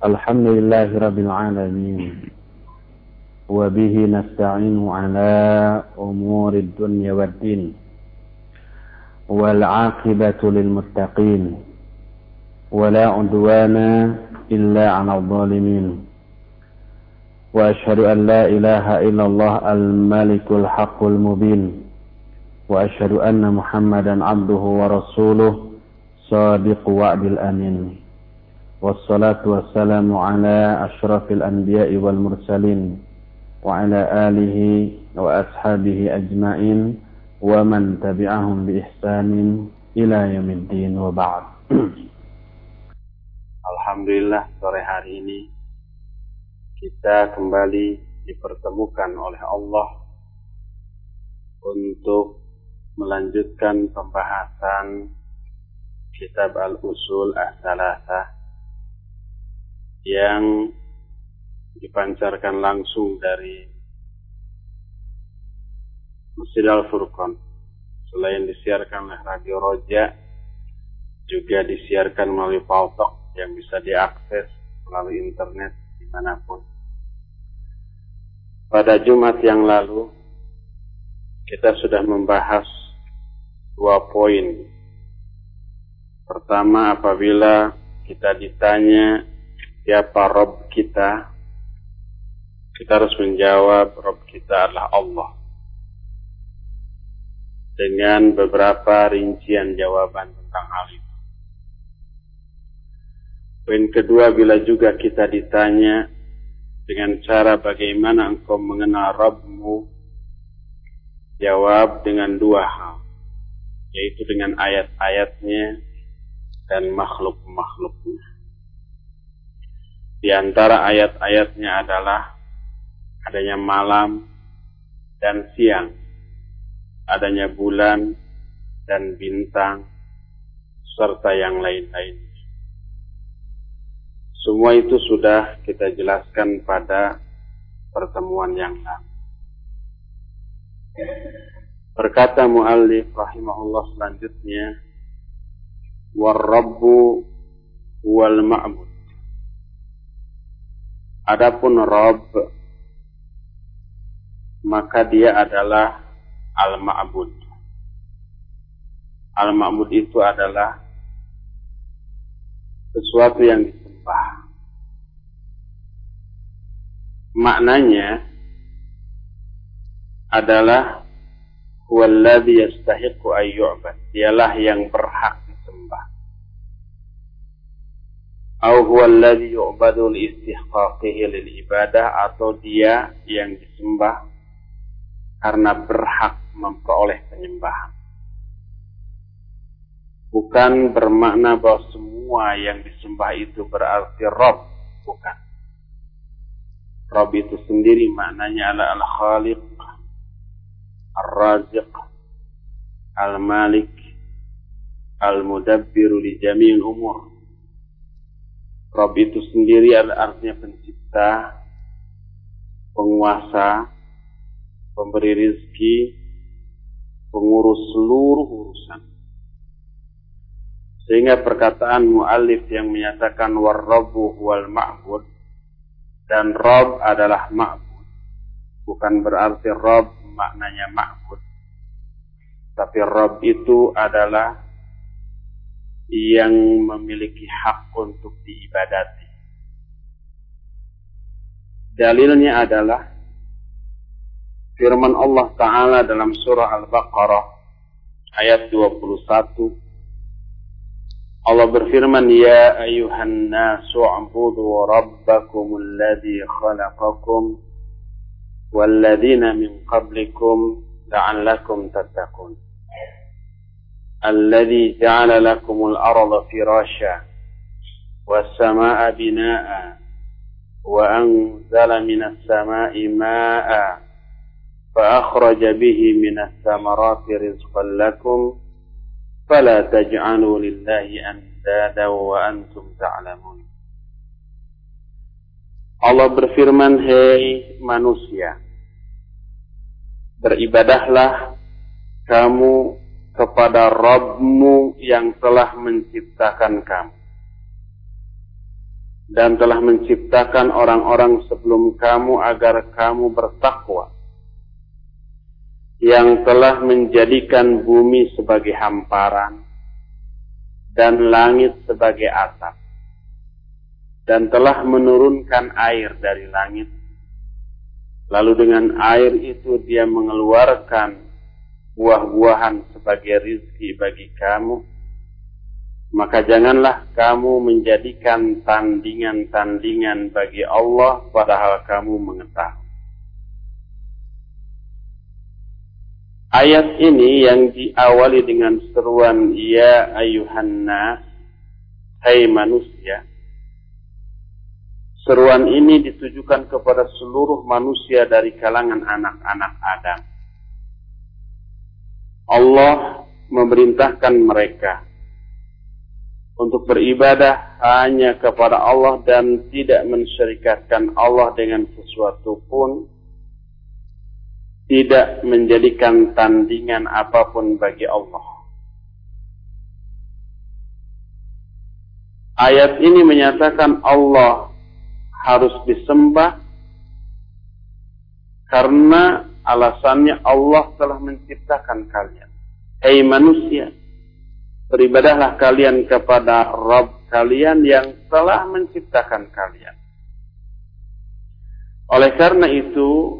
الحمد لله رب العالمين وبه نستعين على أمور الدنيا والدين والعاقبة للمتقين ولا عدوان إلا على الظالمين وأشهد أن لا إله إلا الله الملك الحق المبين وأشهد أن محمدا عبده ورسوله صادق وعد الأمين والصلاة والسلام على أشرف الأنبياء والمرسلين وعلى آله وأصحابه أجمعين ومن تبعهم بإحسان إلى يوم الدين وبعد. Alhamdulillah, sore hari ini kita kembali dipertemukan oleh Allah untuk melanjutkan pembahasan kitab Al-Usul As-Salasah yang dipancarkan langsung dari Masjid Al-Furqan. Selain disiarkan oleh Radio Roja, juga disiarkan melalui Paltalk yang bisa diakses melalui internet dimanapun. Pada Jumat yang lalu, kita sudah membahas 2 poin. Pertama, apabila kita ditanya siapa Rabb kita harus menjawab Rabb kita adalah Allah, dengan beberapa rincian jawaban tentang hal itu. Poin kedua, bila juga kita ditanya dengan cara bagaimana engkau mengenal Rabbmu, jawab dengan 2 hal, yaitu dengan ayat-ayatnya dan makhluk-makhluknya. Di antara ayat-ayatnya adalah adanya malam dan siang, adanya bulan dan bintang, serta yang lain-lain. Semua itu sudah kita jelaskan pada pertemuan yang lalu. Berkata muallif rahimahullah selanjutnya, "War-Rabbu huwal ma'bud." Adapun Rabb, maka dia adalah Al-Ma'bud. Al-Ma'bud itu adalah sesuatu yang disembah. Maknanya adalah huwallazi yastahiqqu an yu'bad, dialah yang berhak disembah. Au huwallazi yu'badu li istihqaqihi lil ibadah, atau dia yang disembah karena berhak memperoleh penyembahan. Bukan bermakna bahwa semua yang disembah itu berarti Rabb, bukan. Rabb itu sendiri maknanya adalah Al-Khaliq, Ar-Raziq, Al-Malik, Al-Mudabbiru li jami'il umur. Rabb itu sendiri adalah artinya pencipta, penguasa, pemberi rizki, pengurus seluruh urusan. Sehingga perkataan muallif yang menyatakan war-Rabbu huwal ma'bud, dan Rabb adalah ma'bud, bukan berarti Rabb maknanya ma'bud, tapi Rabb itu adalah yang memiliki hak untuk diibadati. Dalilnya adalah firman Allah Ta'ala dalam surah Al-Baqarah ayat 21. Allah berfirman, "Ya ayuhan nasu u'budu rabbakumul ladzi khalaqakum walladzina min qablikum la'allakum tattaqun. Alladzi ja'ala lakumul arda firasya was samaa'a binaa'a wa anzala minas samaa'i maa'a fa akhraja bihi minas samarati rizqan lakum fala taj'alu lillahi andada wa antum ta'lamun." Allah berfirman, "Hei manusia, beribadahlah kamu kepada Rabbmu yang telah menciptakan kamu dan telah menciptakan orang-orang sebelum kamu agar kamu bertakwa, yang telah menjadikan bumi sebagai hamparan dan langit sebagai atap, dan telah menurunkan air dari langit, lalu dengan air itu dia mengeluarkan buah-buahan sebagai rizki bagi kamu, maka janganlah kamu menjadikan tandingan-tandingan bagi Allah padahal kamu mengetahui. Ayat ini yang diawali dengan seruan ya ayuhan nas, hai manusia. Seruan ini ditujukan kepada seluruh manusia dari kalangan anak-anak Adam. Allah memerintahkan mereka untuk beribadah hanya kepada Allah dan tidak mensyirikatkan Allah dengan sesuatu pun, tidak menjadikan tandingan apapun bagi Allah. Ayat ini menyatakan Allah harus disembah karena alasannya Allah telah menciptakan kalian. Hai manusia, beribadahlah kalian kepada Rabb kalian yang telah menciptakan kalian. Oleh karena itu,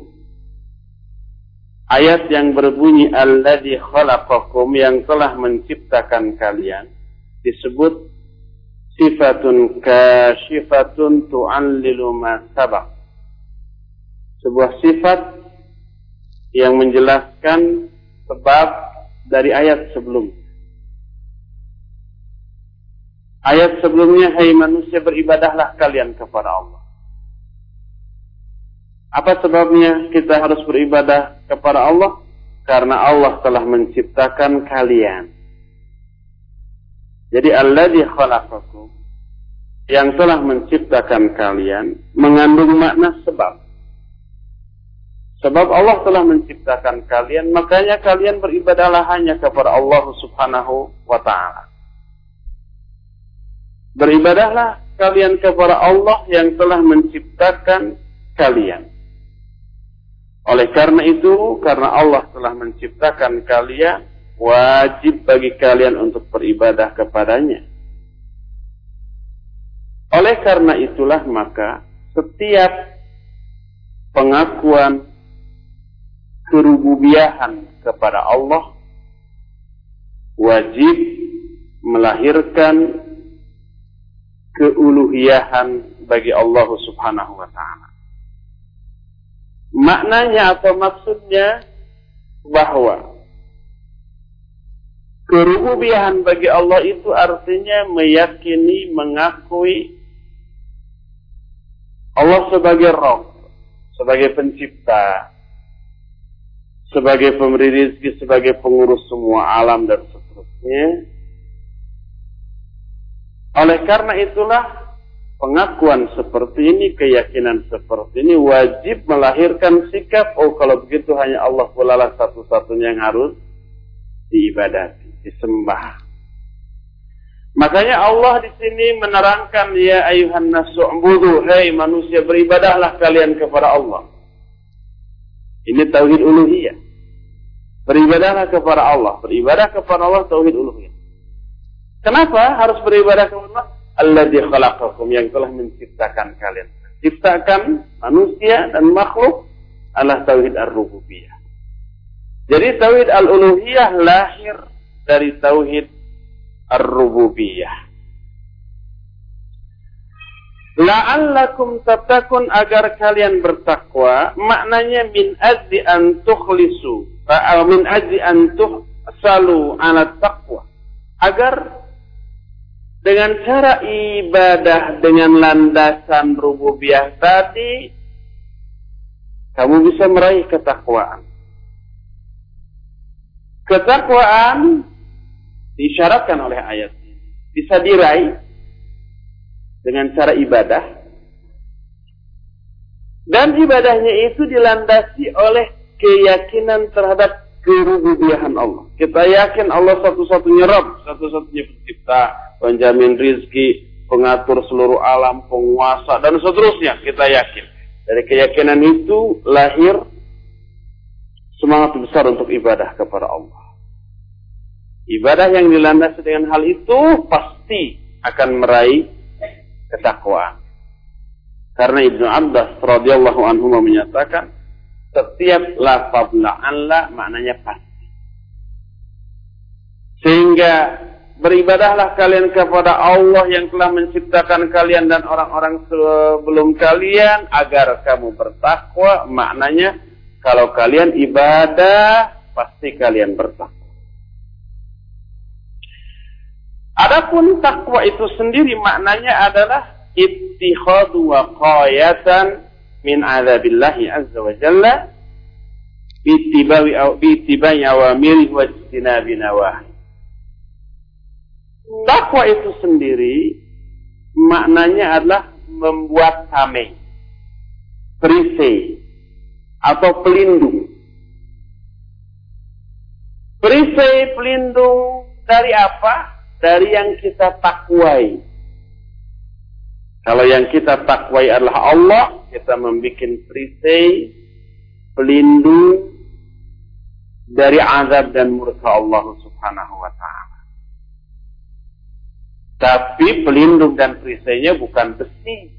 ayat yang berbunyi alladzi khalaqakum, yang telah menciptakan kalian, disebut sifatun kasyifatun tu'allilu ma sabaq. Sebuah sifat yang menjelaskan sebab dari ayat sebelumnya. Ayat sebelumnya, hai manusia beribadahlah kalian kepada Allah. Apa sebabnya kita harus beribadah kepada Allah? Karena Allah telah menciptakan kalian. Jadi alladzi khalaqakum, yang telah menciptakan kalian, mengandung makna sebab. Sebab Allah telah menciptakan kalian, makanya kalian beribadahlah hanya kepada Allah Subhanahu wa ta'ala. Beribadahlah kalian kepada Allah yang telah menciptakan kalian. Oleh karena itu, karena Allah telah menciptakan kalian, wajib bagi kalian untuk beribadah kepadanya. Oleh karena itulah maka setiap pengakuan kerububiyahan kepada Allah wajib melahirkan keuluhiyahan bagi Allah Subhanahu wa ta'ala. Maknanya atau maksudnya bahwa kerububiyahan bagi Allah itu artinya meyakini, mengakui Allah sebagai Rabb, sebagai pencipta, sebagai pemberi rezeki, sebagai pengurus semua alam dan seterusnya. Oleh karena itulah pengakuan seperti ini, keyakinan seperti ini wajib melahirkan sikap, oh kalau begitu hanya Allah pula lah satu-satunya yang harus diibadati, disembah. Makanya Allah di sini menerangkan ya ayuhan nasu'budu, hai manusia beribadahlah kalian kepada Allah. Ini tauhid uluhiyah. Beribadahlah kepada Allah, beribadah kepada Allah tauhid uluhiyah. Kenapa harus beribadah kepada Allah? Alladzi khalaqakum, yang telah menciptakan kalian. Menciptakan manusia dan makhluk adalah tauhid ar-rububiyah. Jadi tauhid al-uluhiyah lahir dari tauhid ar-rububiyah. La'allakum tattaqun, agar kalian bertakwa, maknanya min ajli an tukhlisu, min ajli an tuhsalu ala taqwa, agar dengan cara ibadah dengan landasan rububiyah tadi kamu bisa meraih ketakwaan. Ketakwaan disyaratkan oleh ayat ini bisa diraih dengan cara ibadah, dan ibadahnya itu dilandasi oleh keyakinan terhadap kerububiyahan Allah. Kita yakin Allah satu-satunya Rabb, satu-satunya pencipta, penjamin rizki, pengatur seluruh alam, penguasa, dan seterusnya. Kita yakin. Dari keyakinan itu lahir semangat besar untuk ibadah kepada Allah. Ibadah yang dilandasi dengan hal itu pasti akan meraih ketakwaan. Karena Ibnu Abbas radhiyallahu anhu menyatakan, setiap lafaz la'alla maknanya pasti. Sehingga beribadahlah kalian kepada Allah yang telah menciptakan kalian dan orang-orang sebelum kalian agar kamu bertakwa. Maknanya kalau kalian ibadah pasti kalian bertakwa. Adapun takwa itu sendiri maknanya adalah ittikhadu waqayatan min azabillahi azza wa jalla biittibai awamirihi wa ijtinabi nawahi. Takwa itu sendiri maknanya adalah membuat tameng, perisai atau pelindung. Perisai pelindung dari apa? Dari yang kita takwai. Kalau yang kita takwai adalah Allah, kita membuat perisai pelindung dari azab dan murka Allah Subhanahu wa ta'ala. Tapi pelindung dan perisainya bukan besi.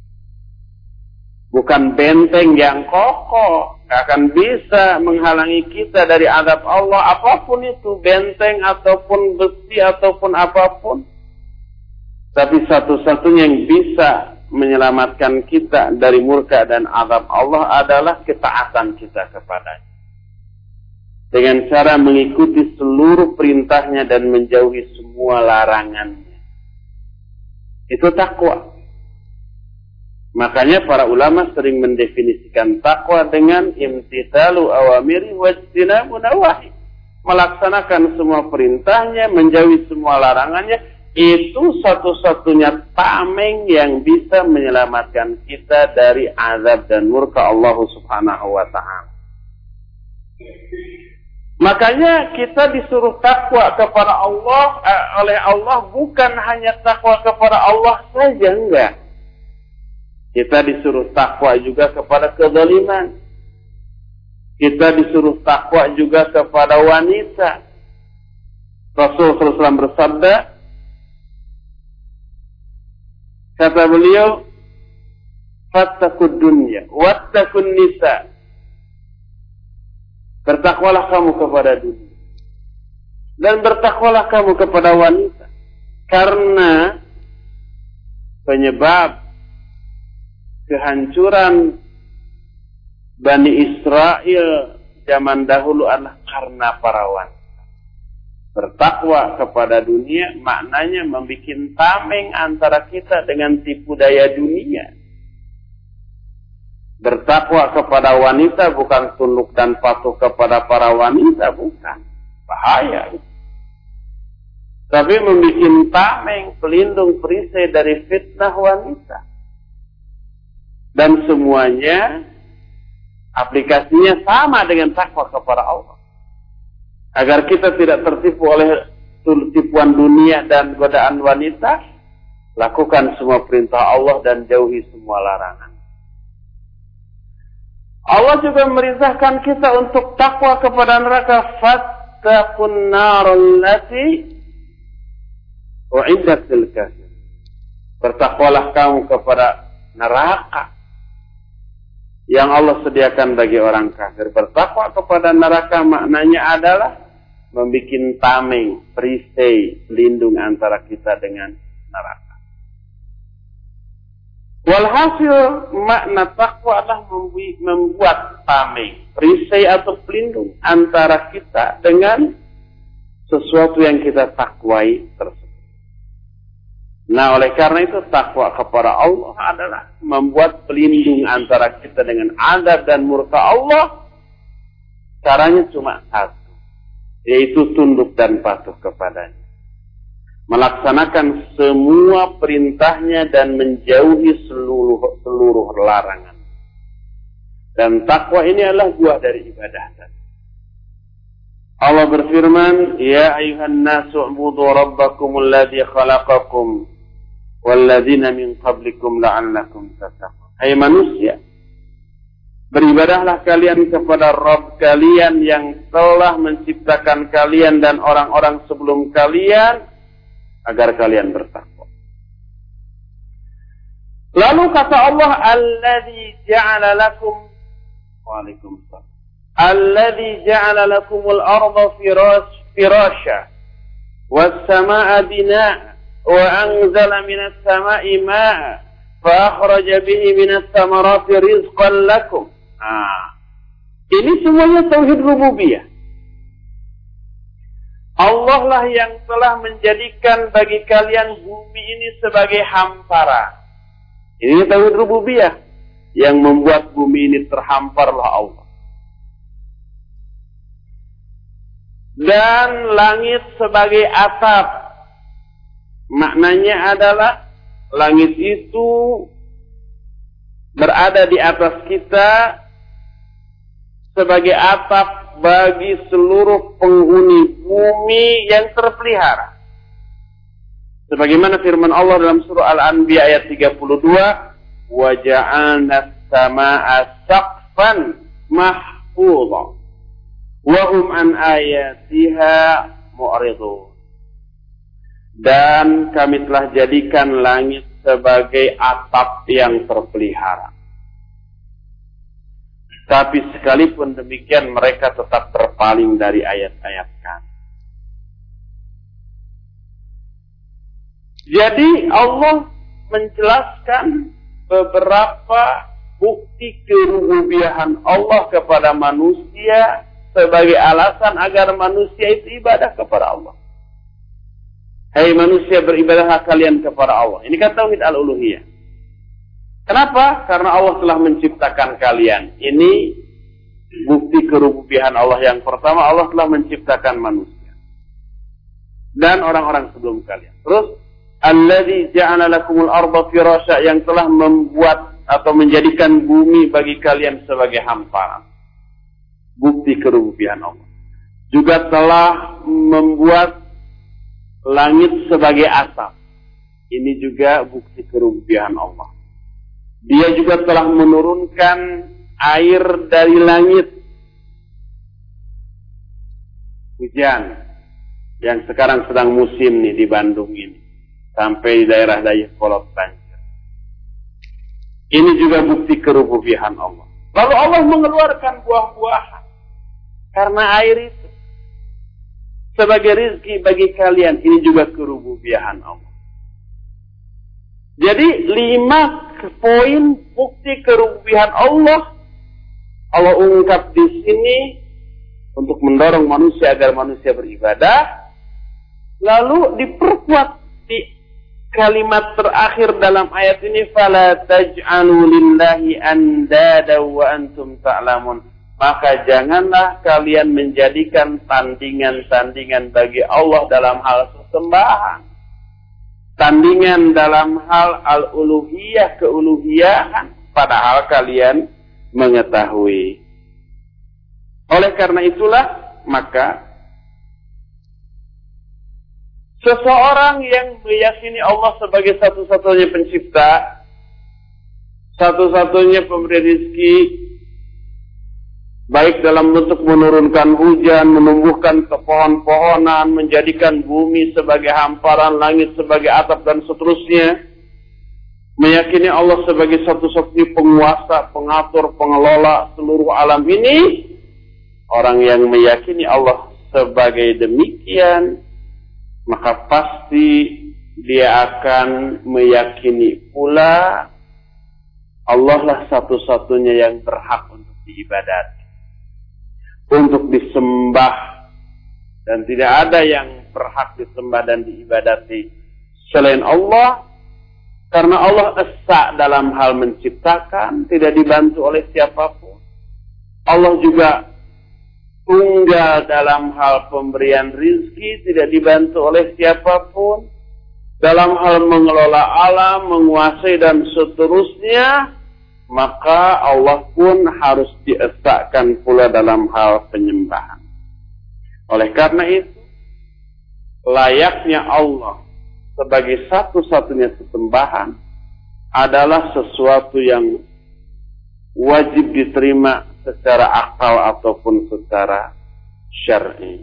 Bukan benteng yang kokoh. Tidak akan bisa menghalangi kita dari azab Allah. Apapun itu, benteng ataupun besi ataupun apapun. Tapi satu-satunya yang bisa menyelamatkan kita dari murka dan azab Allah adalah ketaatan kita kepadanya. Dengan cara mengikuti seluruh perintahnya dan menjauhi semua larangannya. Itu takwa. Makanya para ulama sering mendefinisikan takwa dengan imtithalu awamiri wajtinabu nawahi. Melaksanakan semua perintahnya, menjauhi semua larangannya. Itu satu-satunya tameng yang bisa menyelamatkan kita dari azab dan murka Allah Subhanahu wa ta'ala. Makanya kita disuruh takwa kepada Allah oleh Allah, bukan hanya takwa kepada Allah saja, enggak. Kita disuruh takwa juga kepada kezaliman. Kita disuruh takwa juga kepada wanita. Rasulullah SAW bersabda, kata beliau, fattaqud dunya wattaqun nisa. Bertakwalah kamu kepada dunia dan bertakwalah kamu kepada wanita, karena penyebab kehancuran Bani Israel zaman dahulu adalah karena para wanita. Bertakwa kepada dunia maknanya membuat tameng antara kita dengan tipu daya dunia. Bertakwa kepada wanita bukan tunduk dan patuh kepada para wanita, bukan. Bahaya. Tapi membuat tameng, pelindung perisai dari fitnah wanita. Dan semuanya aplikasinya sama dengan takwa kepada Allah. Agar kita tidak tertipu oleh tipuan dunia dan godaan wanita, lakukan semua perintah Allah dan jauhi semua larangan. Allah juga memerintahkan kita untuk takwa kepada neraka. Fattaqun naral lati u'iddat lil kafir. Bertakwalah kamu kepada neraka yang Allah sediakan bagi orang kafir. Bertakwa kepada neraka maknanya adalah membuat tameng, perisai, pelindung antara kita dengan neraka. Walhasil makna takwa adalah membuat tameng, perisai atau pelindung antara kita dengan sesuatu yang kita takwai tersebut. Nah, oleh karena itu takwa kepada Allah adalah membuat pelindung antara kita dengan azab dan murka Allah. Caranya cuma satu, yaitu tunduk dan patuh kepadanya. Melaksanakan semua perintahnya dan menjauhi seluruh larangan. Dan takwa ini adalah buah dari ibadah tadi. Allah berfirman, ya ayuhan nasu ubudu rabbakumul ladzi khalaqakum walladzina min qablikum la'allakum tattaqun. Hai manusia, beribadahlah kalian kepada Rabb kalian yang telah menciptakan kalian dan orang-orang sebelum kalian agar kalian bertakwa. Lalu kata Allah, alladzi ja'ala lakum Waalaikumsalam. Alladzi ja'ala lakumul arda firasha was samaa'a binaa'a wa anzala minas samaa'i maa'a fa akhraja bihi minas thamarati rizqan lakum. Ini semuanya tauhid rububiyah. Allah lah yang telah menjadikan bagi kalian bumi ini sebagai hamparan. Ini tauhid rububiyah. Yang membuat bumi ini terhamparlah Allah. Dan langit sebagai atap. Maknanya adalah langit itu berada di atas kita sebagai atap bagi seluruh penghuni bumi yang terpelihara. Sebagaimana firman Allah dalam surah Al-Anbiya ayat 32, وَجَعَلْنَا السَّمَاءَ سَقْفًا مَحْفُوظًا وَهُمْ عَنْ آيَاتِهَا مُعْرِضُونَ. Dan kami telah jadikan langit sebagai atap yang terpelihara. Tapi sekalipun demikian mereka tetap berpaling dari ayat-ayat kami. Jadi Allah menjelaskan beberapa bukti kerububiahan Allah kepada manusia sebagai alasan agar manusia itu ibadah kepada Allah. Hai manusia, beribadahlah kalian kepada Allah. Ini kan tauhid al-uluhiyah. Kenapa? Karena Allah telah menciptakan kalian. Ini bukti kerububiahan Allah yang pertama. Allah telah menciptakan manusia dan orang-orang sebelum kalian. Terus alladzi ja'ala lakumul arda firasha, yang telah membuat atau menjadikan bumi bagi kalian sebagai hamparan. Bukti kerububiahan Allah. Juga telah membuat langit sebagai atap. Ini juga bukti kerububiahan Allah. Dia juga telah menurunkan air dari langit. Hujan yang sekarang sedang musim nih di Bandung ini. Sampai di daerah Dayakolot banjir. Ini juga bukti kerububiahan Allah. Lalu Allah mengeluarkan buah-buahan karena air itu sebagai rizki bagi kalian. Ini juga kerububiahan Allah. Jadi 5 poin bukti kerububiahan Allah ungkap di sini untuk mendorong manusia agar manusia beribadah. Lalu diperkuat di kalimat terakhir dalam ayat ini, fala taj'alu lillahi andada wa antum ta'lamun. Maka janganlah kalian menjadikan tandingan-tandingan bagi Allah dalam hal sesembahan. Tandingan dalam hal al-uluhiyah, keuluhiyahan, padahal kalian mengetahui. Oleh karena itulah, maka seseorang yang meyakini Allah sebagai satu-satunya pencipta, satu-satunya pemberi rezeki, baik dalam bentuk menurunkan hujan, menumbuhkan pohon-pohonan, menjadikan bumi sebagai hamparan, langit sebagai atap, dan seterusnya. Meyakini Allah sebagai satu-satunya penguasa, pengatur, pengelola seluruh alam ini. Orang yang meyakini Allah sebagai demikian, maka pasti dia akan meyakini pula Allah lah satu-satunya yang berhak untuk diibadati, untuk disembah, dan tidak ada yang berhak disembah dan diibadati selain Allah, karena Allah esa dalam hal menciptakan, tidak dibantu oleh siapapun. Allah juga tunggal dalam hal pemberian rizki, tidak dibantu oleh siapapun. Dalam hal mengelola alam, menguasai dan seterusnya, maka Allah pun harus diesakan pula dalam hal penyembahan. Oleh karena itu, layaknya Allah sebagai satu-satunya sesembahan adalah sesuatu yang wajib diterima secara akal ataupun secara syar'i.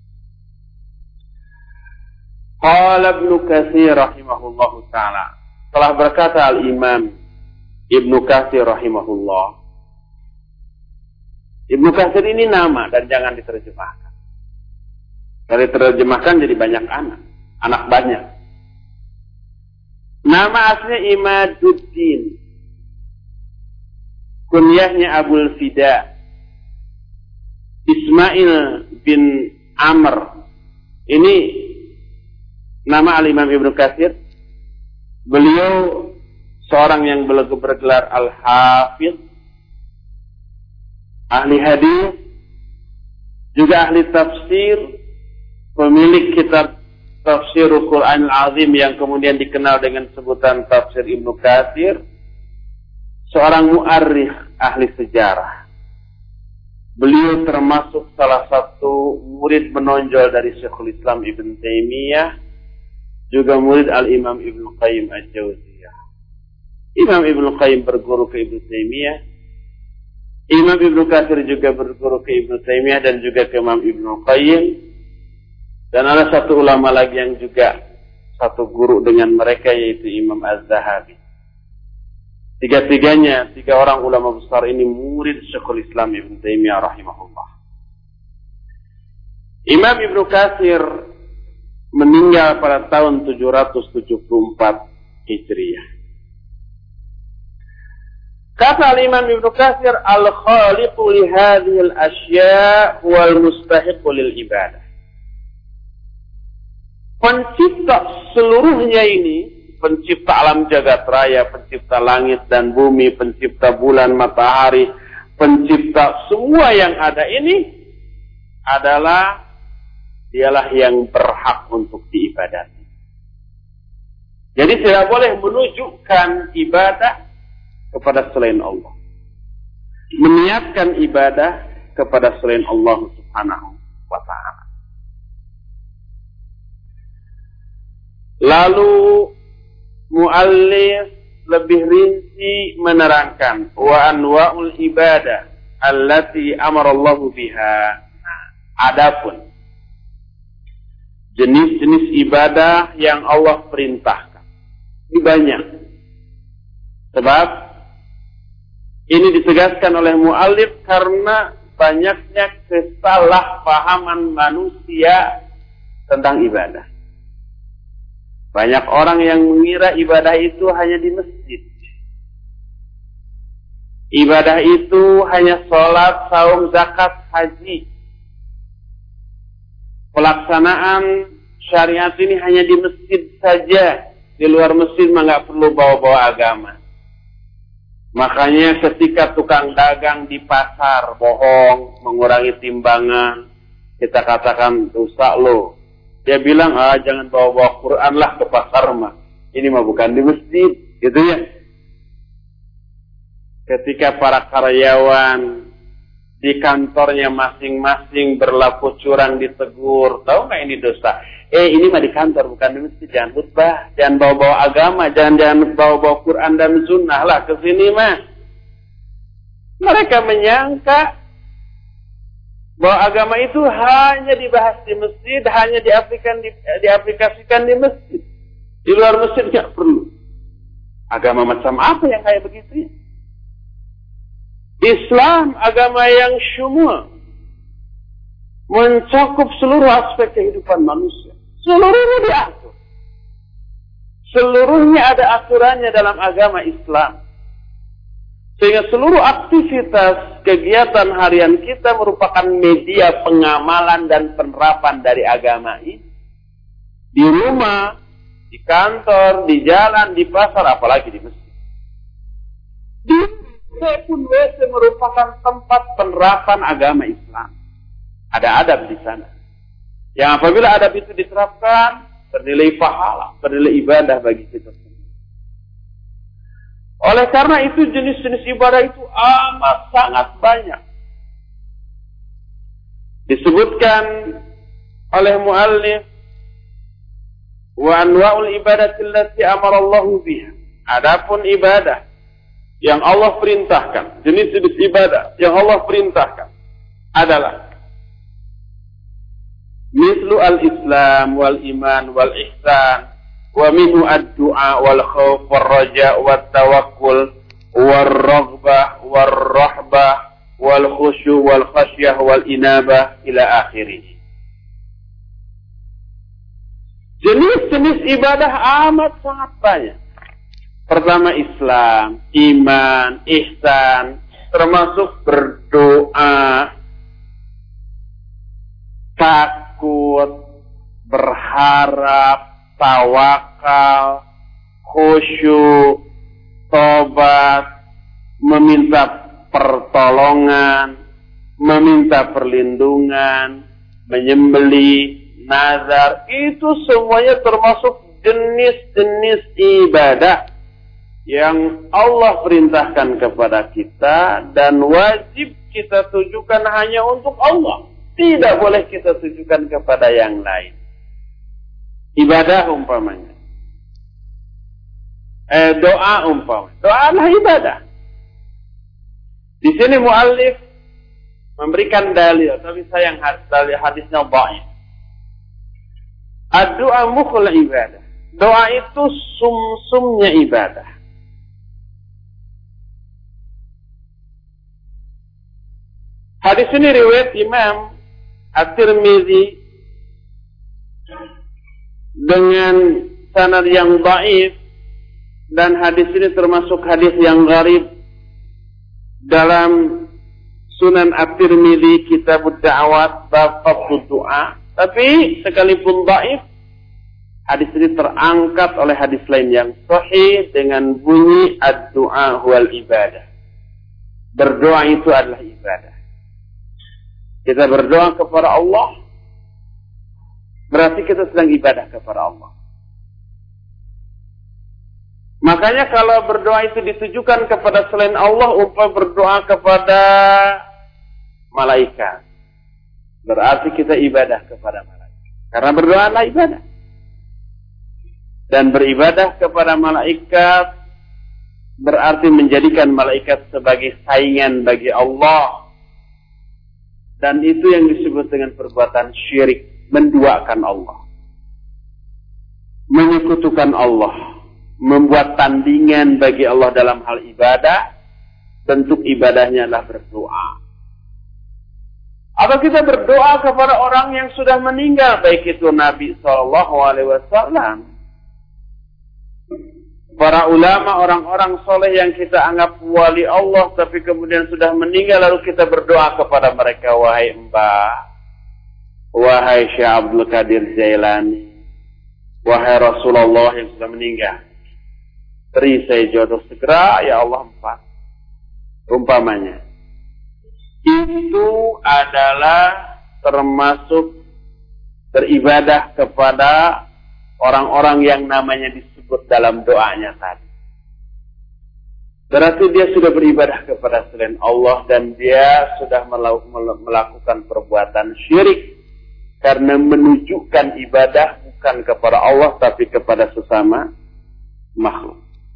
Qala Ibnu Katsir rahimahullahu taala, telah berkata Al-Imam Ibnu Katsir rahimahullah. Ibnu Katsir ini nama dan jangan diterjemahkan. Kalau diterjemahkan jadi banyak anak banyak. Nama aslinya Imaduddin. Kunyahnya Abul Fida. Ismail bin Amr. Ini nama Al-Imam Ibnu Katsir. Beliau seorang yang bergelar Al-Hafiz, ahli hadis, juga ahli tafsir, pemilik kitab Tafsirul Quran Al-Azim yang kemudian dikenal dengan sebutan Tafsir Ibnu Katsir, seorang mu'arrikh, ahli sejarah. Beliau termasuk salah satu murid menonjol dari Syekhul Islam Ibn Taimiyah, juga murid Al-Imam Ibnu Qayyim Al-Jauziyah. Imam Ibnu Qayyim berguru ke Ibnu Taimiyah. Imam Ibnu Katsir juga berguru ke Ibnu Taimiyah dan juga ke Imam Ibnu Qayyim. Dan ada satu ulama lagi yang juga satu guru dengan mereka, yaitu Imam Az-Zahabi. Tiga-tiganya, tiga orang ulama besar ini murid Syekhul Islam Ibn Taimiyah rahimahullah. Imam Ibnu Katsir meninggal pada tahun 774 Hijriah. Kata Imam Ibnu Katsir, al-khaliqu li hadhihi al-asya' wal mustahiqu lil ibadah. Pencipta seluruhnya ini, pencipta alam jagat raya, pencipta langit dan bumi, pencipta bulan, matahari, pencipta semua yang ada ini adalah dialah yang berhak untuk diibadati. Jadi tidak boleh menunjukkan ibadah kepada selain Allah. Meniatkan ibadah kepada selain Allah Subhanahu wa ta'ala. Lalu muallif lebih rinci menerangkan wa anwa'ul ibadah allati amara Allah biha. Nah, adapun jenis-jenis ibadah yang Allah perintahkan, ini banyak. Sebab ini ditegaskan oleh muallif karena banyaknya kesalahpahaman manusia tentang ibadah. Banyak orang yang mengira ibadah itu hanya di masjid. Ibadah itu hanya sholat, saum, zakat, haji. Pelaksanaan syariat ini hanya di masjid saja. Di luar masjid mah nggak perlu bawa-bawa agama. Makanya ketika tukang dagang di pasar bohong, mengurangi timbangan, kita katakan dosa lo. Dia bilang, jangan bawa-bawa Quran lah ke pasar mah. Ini mah bukan di masjid, gitu ya. Ketika para karyawan di kantornya masing-masing berlaku curang ditegur, tahu nggak ini dosa? Ini mah di kantor bukan di masjid, jangan khutbah, jangan bawa-bawa agama, jangan bawa-bawa Quran dan sunnah lah ke sini mah. Mereka menyangka bahwa agama itu hanya dibahas di masjid, hanya diaplikasikan di masjid. Di luar masjid nggak perlu. Agama macam apa yang kayak begitu? Islam agama yang syumul, mencakup seluruh aspek kehidupan manusia. Seluruhnya diatur. Seluruhnya ada aturannya dalam agama Islam. Sehingga seluruh aktivitas kegiatan harian kita merupakan media pengamalan dan penerapan dari agama ini. Di rumah, di kantor, di jalan, di pasar, apalagi di masjid. Di WC pun WC merupakan tempat penerapan agama Islam. Ada adab di sana. Yang apabila adab itu diterapkan, bernilai pahala, bernilai ibadah bagi kita semua. Oleh karena itu jenis-jenis ibadah itu amat sangat banyak. Disebutkan oleh muallif Wa anwa'ul ibadati allati amara Allah biha. Adapun ibadah yang Allah perintahkan, jenis-jenis ibadah yang Allah perintahkan adalah mislu al-islam wal iman wal ihsan wa minhu ad-du'a wal khauf wal raja' wat tawakkul wal raghbah wal rahbah wal khusyu' wal khasyah wal inabah ila akhirih. Jenis-jenis ibadah amat sangat banyak. Pertama Islam, iman, ihsan, termasuk berdoa, takut, berharap, tawakal, khusyuk, tobat, meminta pertolongan, meminta perlindungan, menyembelih, nazar, itu semuanya termasuk jenis-jenis ibadah yang Allah perintahkan kepada kita dan wajib kita tujukan hanya untuk Allah. Tidak boleh kita tujukan kepada yang lain. Ibadah umpamanya. Doa umpamanya. Doa adalah ibadah. Di sini muallif memberikan dalil, tapi sayang dalil hadisnya dhaif. Ad-du'a mukhul ibadah. Doa itu sumsumnya ibadah. Hadis ini riwayat Imam At-Tirmidzi dengan sanad yang dhaif, dan hadis ini termasuk hadis yang gharib dalam Sunan At-Tirmidzi Kitabud Da'awat bab du'a. Tapi sekalipun dhaif, hadis ini terangkat oleh hadis lain yang sahih dengan bunyi ad-du'a huwal ibadah. Berdoa itu adalah ibadah. Kita berdoa kepada Allah, berarti kita sedang ibadah kepada Allah. Makanya kalau berdoa itu ditujukan kepada selain Allah, umpama berdoa kepada malaikat, berarti kita ibadah kepada malaikat. Karena berdoa adalah ibadah. Dan beribadah kepada malaikat berarti menjadikan malaikat sebagai saingan bagi Allah. Dan itu yang disebut dengan perbuatan syirik, menduakan Allah, menyekutukan Allah, membuat tandingan bagi Allah dalam hal ibadah. Bentuk ibadahnya adalah berdoa. Atau kita berdoa kepada orang yang sudah meninggal, baik itu Nabi SAW, para ulama, orang-orang soleh yang kita anggap wali Allah, tapi kemudian sudah meninggal, lalu kita berdoa kepada mereka, wahai Mbah, wahai Syekh Abdul Qadir Jailani, wahai Rasulullah yang sudah meninggal, beri saya jodoh segera, ya Allah, 4. Umpamanya. Itu adalah termasuk beribadah kepada orang-orang yang namanya disebut dalam doanya tadi. Berarti dia sudah beribadah kepada selain Allah dan dia sudah melakukan perbuatan syirik karena menunjukkan ibadah bukan kepada Allah tapi kepada sesama makhluk.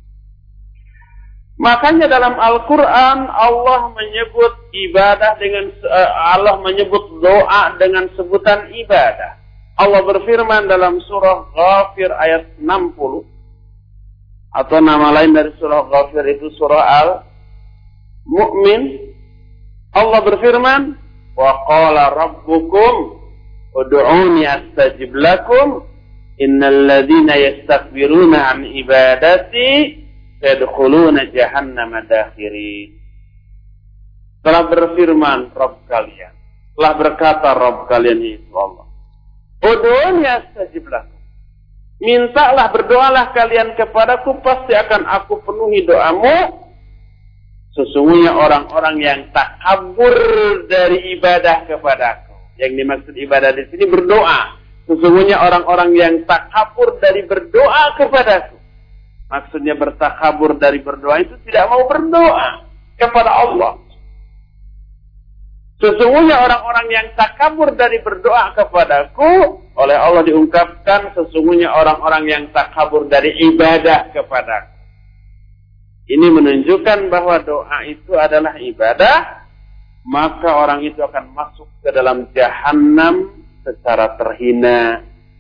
Makanya dalam Al-Quran Allah menyebut ibadah dengan Allah menyebut doa dengan sebutan ibadah. Allah berfirman dalam surah Ghafir ayat 60, atau nama lain dari surah Ghafir itu surah Al-Mu'min. Allah berfirman, wa qala rabbukum ud'uni astajib lakum innal ladzina yastakbiruna an ibadati yadkhuluna jahannama dakhirin. Telah berfirman Rabb kalian, telah berkata Rabb kalian itu Allah, ud'uni astajib lakum. Mintalah, berdoalah kalian kepadaku, pasti akan aku penuhi doamu. Sesungguhnya orang-orang yang takabur dari ibadah kepadaku. Yang dimaksud ibadah di sini berdoa. Sesungguhnya orang-orang yang takabur dari berdoa kepadaku. Maksudnya bertakabur dari berdoa itu tidak mau berdoa kepada Allah. Sesungguhnya orang-orang yang takabur dari berdoa kepadaku oleh Allah diungkapkan, sesungguhnya orang-orang yang takabur dari ibadah kepada. Ini menunjukkan bahwa doa itu adalah ibadah, maka orang itu akan masuk ke dalam jahanam secara terhina.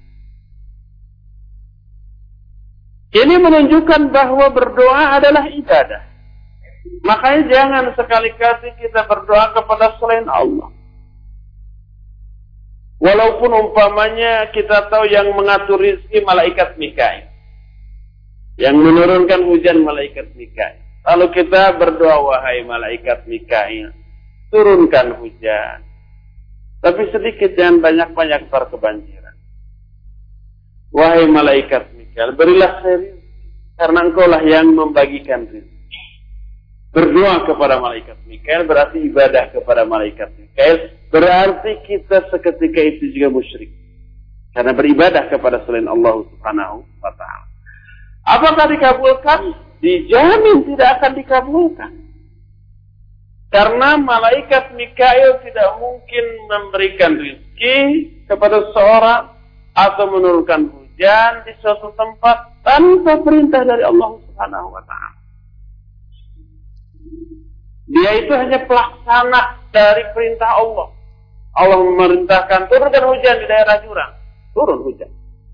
Ini menunjukkan bahwa berdoa adalah ibadah. Makanya jangan sekali-kali kita berdoa kepada selain Allah. Walaupun umpamanya kita tahu yang mengatur rezeki malaikat Mikail, yang menurunkan hujan malaikat Mikail. Lalu kita berdoa, wahai malaikat Mikail, turunkan hujan. Tapi sedikit, jangan banyak-banyak ntar kebanjiran. Wahai malaikat Mikail, berilah saya rezeki, karena engkaulah yang membagikan rezeki. Berdoa kepada malaikat Mikail berarti ibadah kepada malaikat Mikail, berarti kita seketika itu juga musyrik. Karena beribadah kepada selain Allah Subhanahu wa ta'ala. Apakah dikabulkan? Dijamin tidak akan dikabulkan. Karena malaikat Mikail tidak mungkin memberikan rezeki kepada seorang atau menurunkan hujan di suatu tempat tanpa perintah dari Allah Subhanahu wa ta'ala. Dia itu hanya pelaksana dari perintah Allah. Allah memerintahkan turunkan hujan di daerah jurang, turun hujan.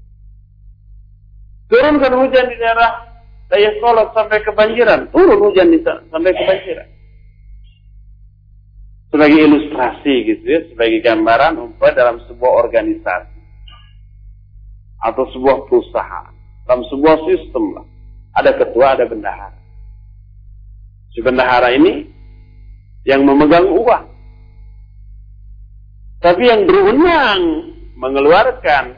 Turunkan hujan di daerah Dayakolot sampai kebanjiran, turun hujan di sana sampai kebanjiran. Sebagai ilustrasi gitu ya, sebagai gambaran umpama dalam sebuah organisasi atau sebuah perusahaan, dalam sebuah sistem lah, ada ketua, ada bendahara. Si bendahara ini yang memegang uang. Tapi yang berwenang mengeluarkan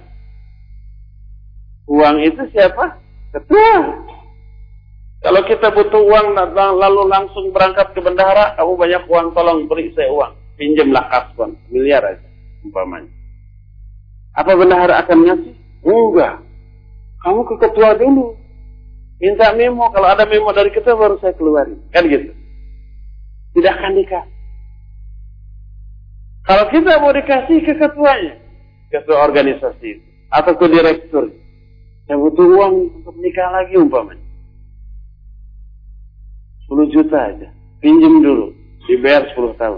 uang itu siapa? Ketua. Kalau kita butuh uang lalu langsung berangkat ke bendahara, kamu banyak uang, tolong beri saya uang. Pinjamlah kaspon, miliar aja umpamanya. Apa bendahara akan ngasih? Enggak. Kamu ke ketua dulu. Minta memo, kalau ada memo dari ketua baru saya keluarin. Kan gitu. Tidak akan dikasih. Kalau kita mau dikasih ke ketuanya, ketua organisasi itu, atau ke direktur, saya butuh uang untuk nikah lagi umpamanya. 10 juta aja. Pinjam dulu. Dibayar 10 tahun.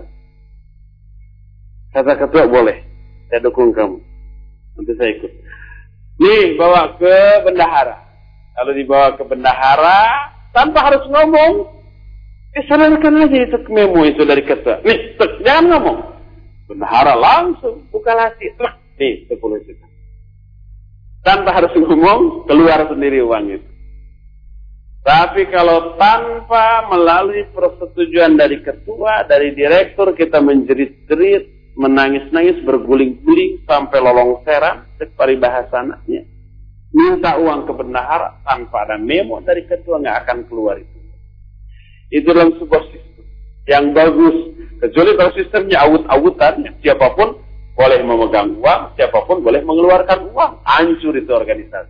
Kata ketua, boleh. Saya dukung kamu. Nanti saya ikut. Nih, bawa ke bendahara. Kalau dibawa ke bendahara, tanpa harus ngomong, sadarkan aja itu memo itu dari ketua. Nih, jangan ngomong. Bendahara langsung buka lasih. Nih, 10 juta. Tanpa harus ngomong, keluar sendiri uang itu. Tapi kalau tanpa melalui persetujuan dari ketua, dari direktur, kita menjerit-jerit, menangis-nangis, berguling-guling, sampai lolongseran, paribahasananya. Minta uang ke bendahara, tanpa ada memo dari ketua, nggak akan keluar itu. Itu dalam sebuah sistem yang bagus. Kecuali kalau sistemnya awut-awutan, siapapun boleh memegang uang, siapapun boleh mengeluarkan uang. Hancur itu organisasi.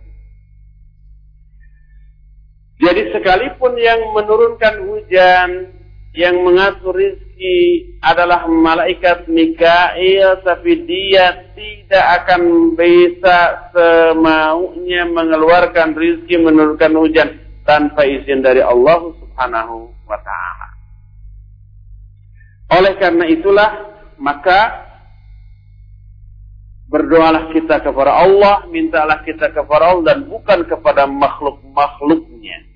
Jadi sekalipun yang menurunkan hujan, yang mengatur rezeki adalah malaikat Mikail, tapi dia tidak akan bisa semaunya mengeluarkan rezeki, menurunkan hujan tanpa izin dari Allah Subhanahu wa ta'ala. Oleh karena itulah, maka berdoalah kita kepada Allah, mintalah kita kepada Allah, dan bukan kepada makhluk-makhluknya.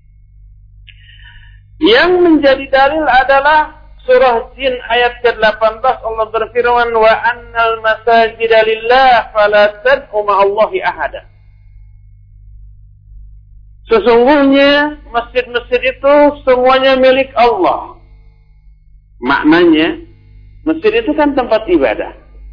Yang menjadi dalil adalah surah Jin ayat ke-18. Allah berfirman, wa annal masajida lillah fala tad'u ma'allahi ahada. Sesungguhnya masjid-masjid itu semuanya milik Allah. Maknanya, masjid itu kan tempat ibadah.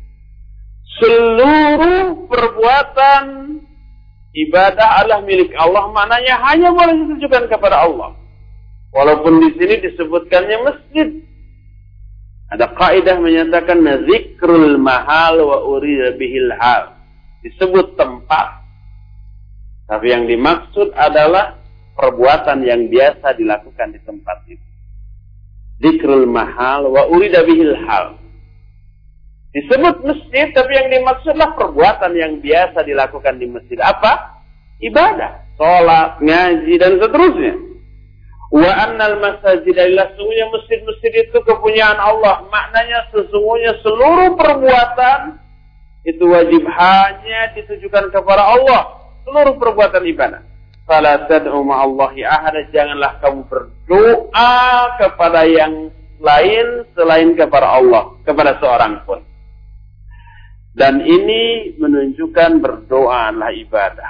Seluruh perbuatan ibadah adalah milik Allah. Maknanya hanya boleh ditujukan kepada Allah. Walaupun di sini disebutkannya masjid. Ada kaidah menyatakan zikrul mahal wa urida bihil hal. Disebut tempat. Tapi yang dimaksud adalah perbuatan yang biasa dilakukan di tempat itu. Zikrul mahal wa urida bihil hal. Disebut masjid, tapi yang dimaksudlah perbuatan yang biasa dilakukan di masjid. Apa? Ibadah. Sholat, ngaji, dan seterusnya. Wa annal masajid adalah sesungguhnya masjid-masjid itu kepunyaan Allah. Maknanya sesungguhnya seluruh perbuatan itu wajib hanya ditujukan kepada Allah. Seluruh perbuatan ibadah. Fala tad'u ma'allahi ahada, janganlah kamu berdoa kepada yang lain selain kepada Allah, kepada seorang pun. Dan ini menunjukkan berdoa adalah ibadah.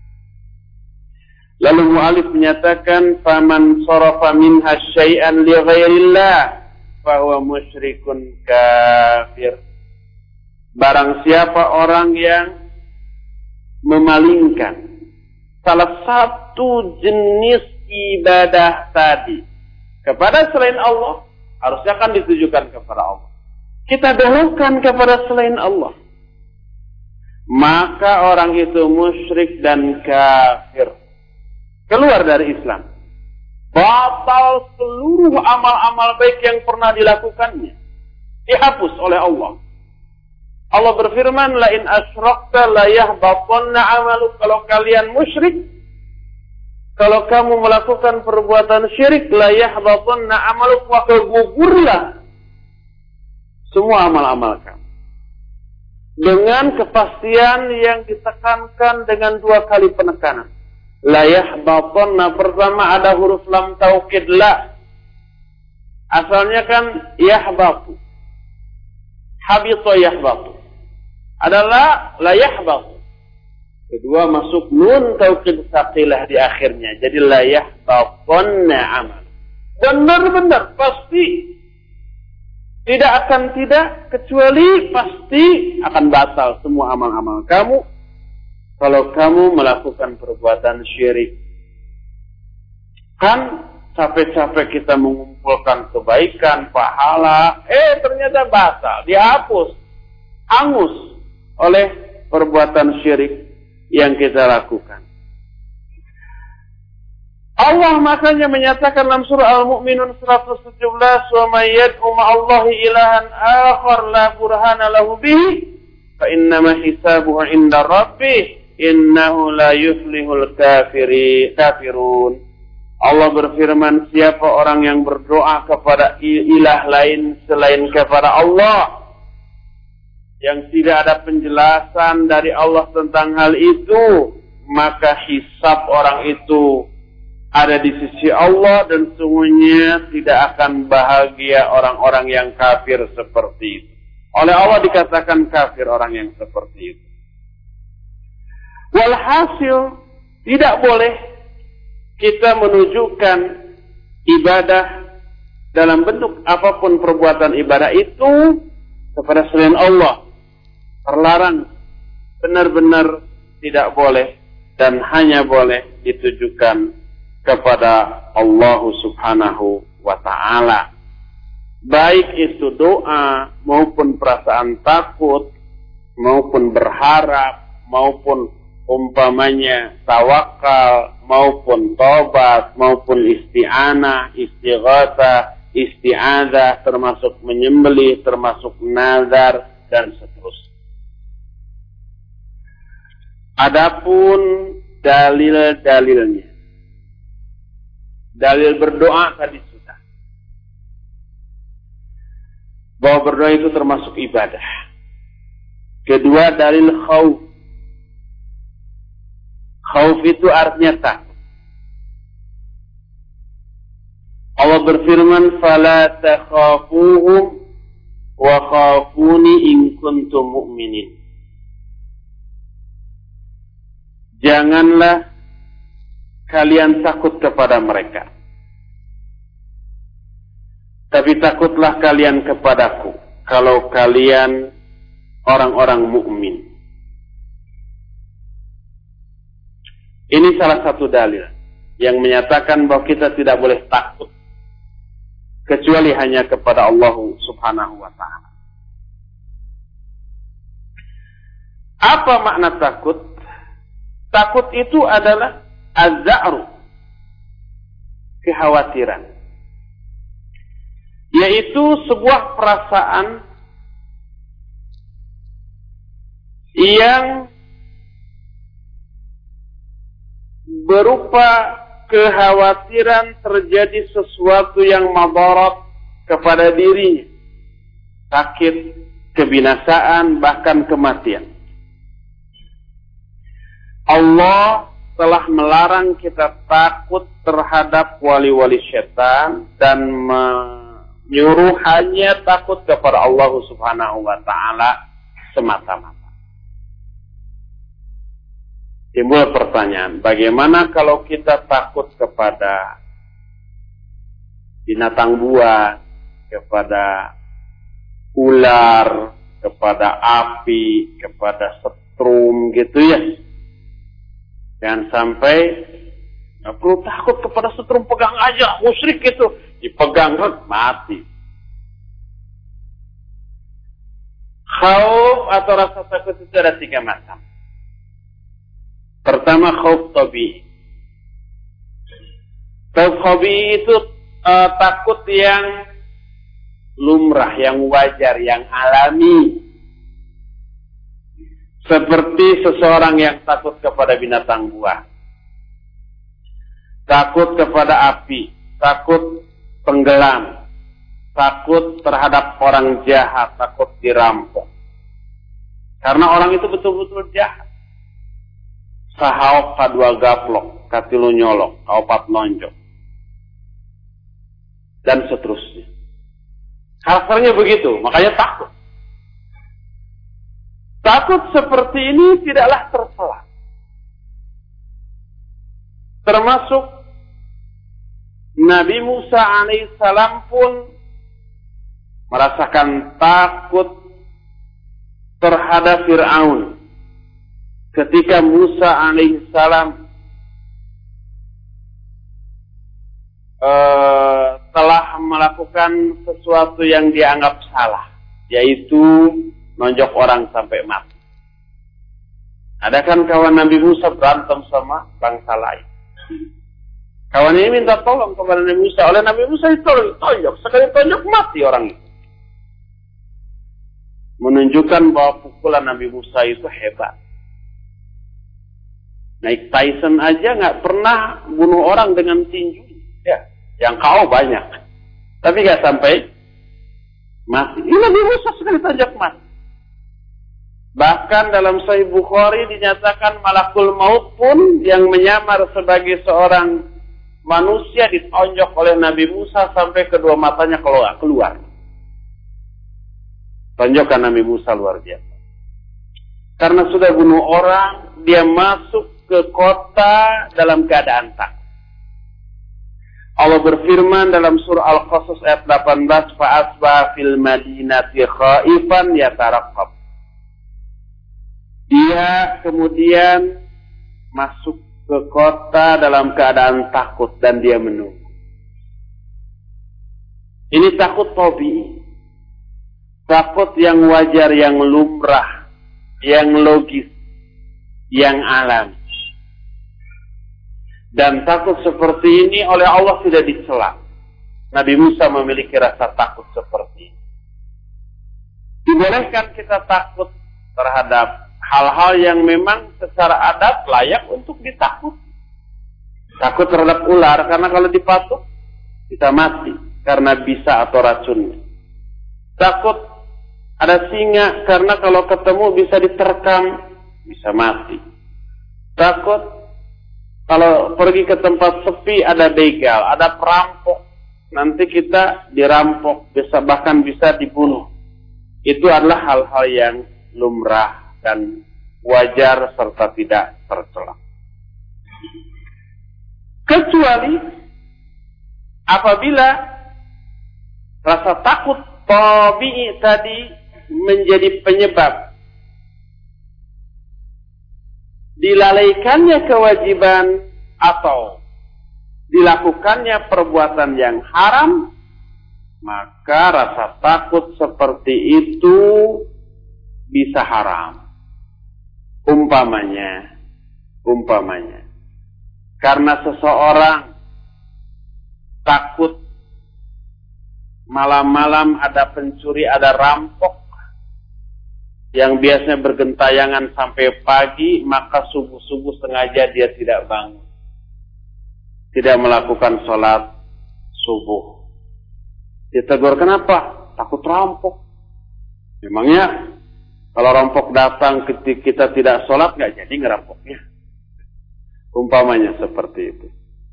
Lalu mu'alif menyatakan, faman sarafa minha syai'an li ghairillah fahuwa musyrikun kafir. Barang siapa orang yang memalingkan salah satu jenis ibadah tadi kepada selain Allah, harusnya kan ditujukan kepada Allah. Kita belokkan kepada selain Allah, maka orang itu musyrik dan kafir, keluar dari Islam. Batal seluruh amal-amal baik yang pernah dilakukannya, dihapus oleh Allah. Allah berfirman, la in asyrakta la yahbatanna 'amaluk. Kalau kalian musyrik, kalau kamu melakukan perbuatan syirik, la yahbatanna 'amaluk, maka gugurlah semua amal-amal kamu. Dengan kepastian yang ditekankan dengan 2 kali penekanan. La yahbatanna, pertama ada huruf lam taukid la. Asalnya kan yahbatu. Habita yahbatu. Adalah la yahbatu. Kedua masuk nun taukid saqilah di akhirnya. Jadi la yahbatanna amal. Benar-benar pasti. Tidak akan tidak, kecuali pasti akan batal semua amal-amal kamu kalau kamu melakukan perbuatan syirik. Kan capek-capek kita mengumpulkan kebaikan, pahala, ternyata batal, dihapus, hangus oleh perbuatan syirik yang kita lakukan. Allah makanya menyatakan dalam surah Al-Mu'minun 117, "Wa may yad'u ma'allahi ilahan akhar la burhana lahu bihi, fa innama hisabuhu 'inda rabbih, innahu la yuflihul kafirun." Allah berfirman, siapa orang yang berdoa kepada ilah lain selain kepada Allah, yang tidak ada penjelasan dari Allah tentang hal itu, maka hisab orang itu ada di sisi Allah, dan sungguhnya tidak akan bahagia orang-orang yang kafir seperti itu. Oleh Allah dikatakan kafir orang yang seperti itu. Walhasil, tidak boleh kita menunjukkan ibadah dalam bentuk apapun perbuatan ibadah itu kepada selain Allah. Terlarang, benar-benar tidak boleh, dan hanya boleh ditujukan kepada Allah Subhanahu wa ta'ala. Baik itu doa, maupun perasaan takut, maupun berharap, maupun umpamanya tawakal, maupun tobat, maupun isti'anah, istighatsah, isti'adzah, termasuk menyembelih, termasuk nazar, dan seterusnya. Adapun dalil-dalilnya, dalil berdoa tadi sudah, bahwa berdoa itu termasuk ibadah. Kedua, dalil khauf. Khauf itu artinya takut. Allah berfirman, "Fala takhafuhum wa khafuni in kuntum mu'minin." Janganlah kalian takut kepada mereka, tapi takutlah kalian kepadaku kalau kalian orang-orang mukmin. Ini salah satu dalil yang menyatakan bahwa kita tidak boleh takut kecuali hanya kepada Allah Subhanahu wa ta'ala. Apa makna takut? Takut itu adalah az-za'ru, kekhawatiran, yaitu sebuah perasaan yang berupa kekhawatiran terjadi sesuatu yang madarat kepada dirinya, sakit, kebinasaan, bahkan kematian. Allah telah melarang kita takut terhadap wali-wali syaitan dan menyuruh hanya takut kepada Allah Subhanahu wa taala semata-mata. Timbul pertanyaan, bagaimana kalau kita takut kepada binatang buas, kepada ular, kepada api, kepada setrum gitu ya? Jangan sampai nggak perlu takut kepada setrum, pegang aja, musyrik gitu, dipegang mati. Khauf atau rasa takut itu ada 3 macam. Pertama, khauf tabi'i. Khauf tabi'i itu takut yang lumrah, yang wajar, yang alami. Seperti seseorang yang takut kepada binatang buas, takut kepada api, takut tenggelam, takut terhadap orang jahat, takut dirampok. Karena orang itu betul-betul jahat. Sahaok kadua gaplok, katilu nyolok, kaopat nonjok, dan seterusnya. Karakternya begitu, makanya takut. Takut seperti ini tidaklah tercela. Termasuk Nabi Musa alaihissalam pun merasakan takut terhadap Fir'aun. Ketika Musa alaihissalam telah melakukan sesuatu yang dianggap salah, yaitu nonjok orang sampai mati. Ada kan kawan Nabi Musa berantem sama bangsa lain. Kawan ini minta tolong kepada Nabi Musa. Oleh Nabi Musa ditolong, tonjok. Sekali tonjok mati orang itu. Menunjukkan bahwa pukulan Nabi Musa itu hebat. Mike Tyson aja nggak pernah bunuh orang dengan tinju. Ya, yang KO banyak. Tapi nggak sampai mati. Ini Nabi Musa sekali tonjok mati. Bahkan dalam Sahih Bukhari dinyatakan malakul maut pun yang menyamar sebagai seorang manusia ditonjok oleh Nabi Musa sampai kedua matanya keluar. Tonjokan Nabi Musa luar biasa. Karena sudah bunuh orang, dia masuk ke kota dalam keadaan takut. Allah berfirman dalam surah Al-Qasas ayat 18, fa'asba fil madinati khaifan yataraqqab. Dia kemudian masuk ke kota dalam keadaan takut dan dia menunggu. Ini takut tabi'i. Takut yang wajar, yang lumrah, yang logis, yang alami. Dan takut seperti ini oleh Allah tidak dicela. Nabi Musa memiliki rasa takut seperti ini. Dibolehkan kita takut terhadap hal-hal yang memang secara adat layak untuk ditakut. Takut terhadap ular karena kalau dipatuk bisa mati karena bisa atau racunnya. Takut ada singa karena kalau ketemu bisa diterkam, bisa mati. Takut kalau pergi ke tempat sepi ada begal, ada perampok, nanti kita dirampok, bahkan bisa dibunuh. Itu adalah hal-hal yang lumrah dan wajar serta tidak tercela. Kecuali apabila rasa takut tabi'i tadi menjadi penyebab dilalaikannya kewajiban atau dilakukannya perbuatan yang haram, maka rasa takut seperti itu bisa haram. Umpamanya, karena seseorang takut malam-malam ada pencuri, ada rampok, yang biasanya bergentayangan sampai pagi, maka subuh-subuh sengaja dia tidak bangun. Tidak melakukan sholat subuh. Ditegur, kenapa? Takut rampok. Memangnya kalau rampok datang ketika kita tidak sholat, nggak jadi ngerampoknya. Umpamanya seperti itu.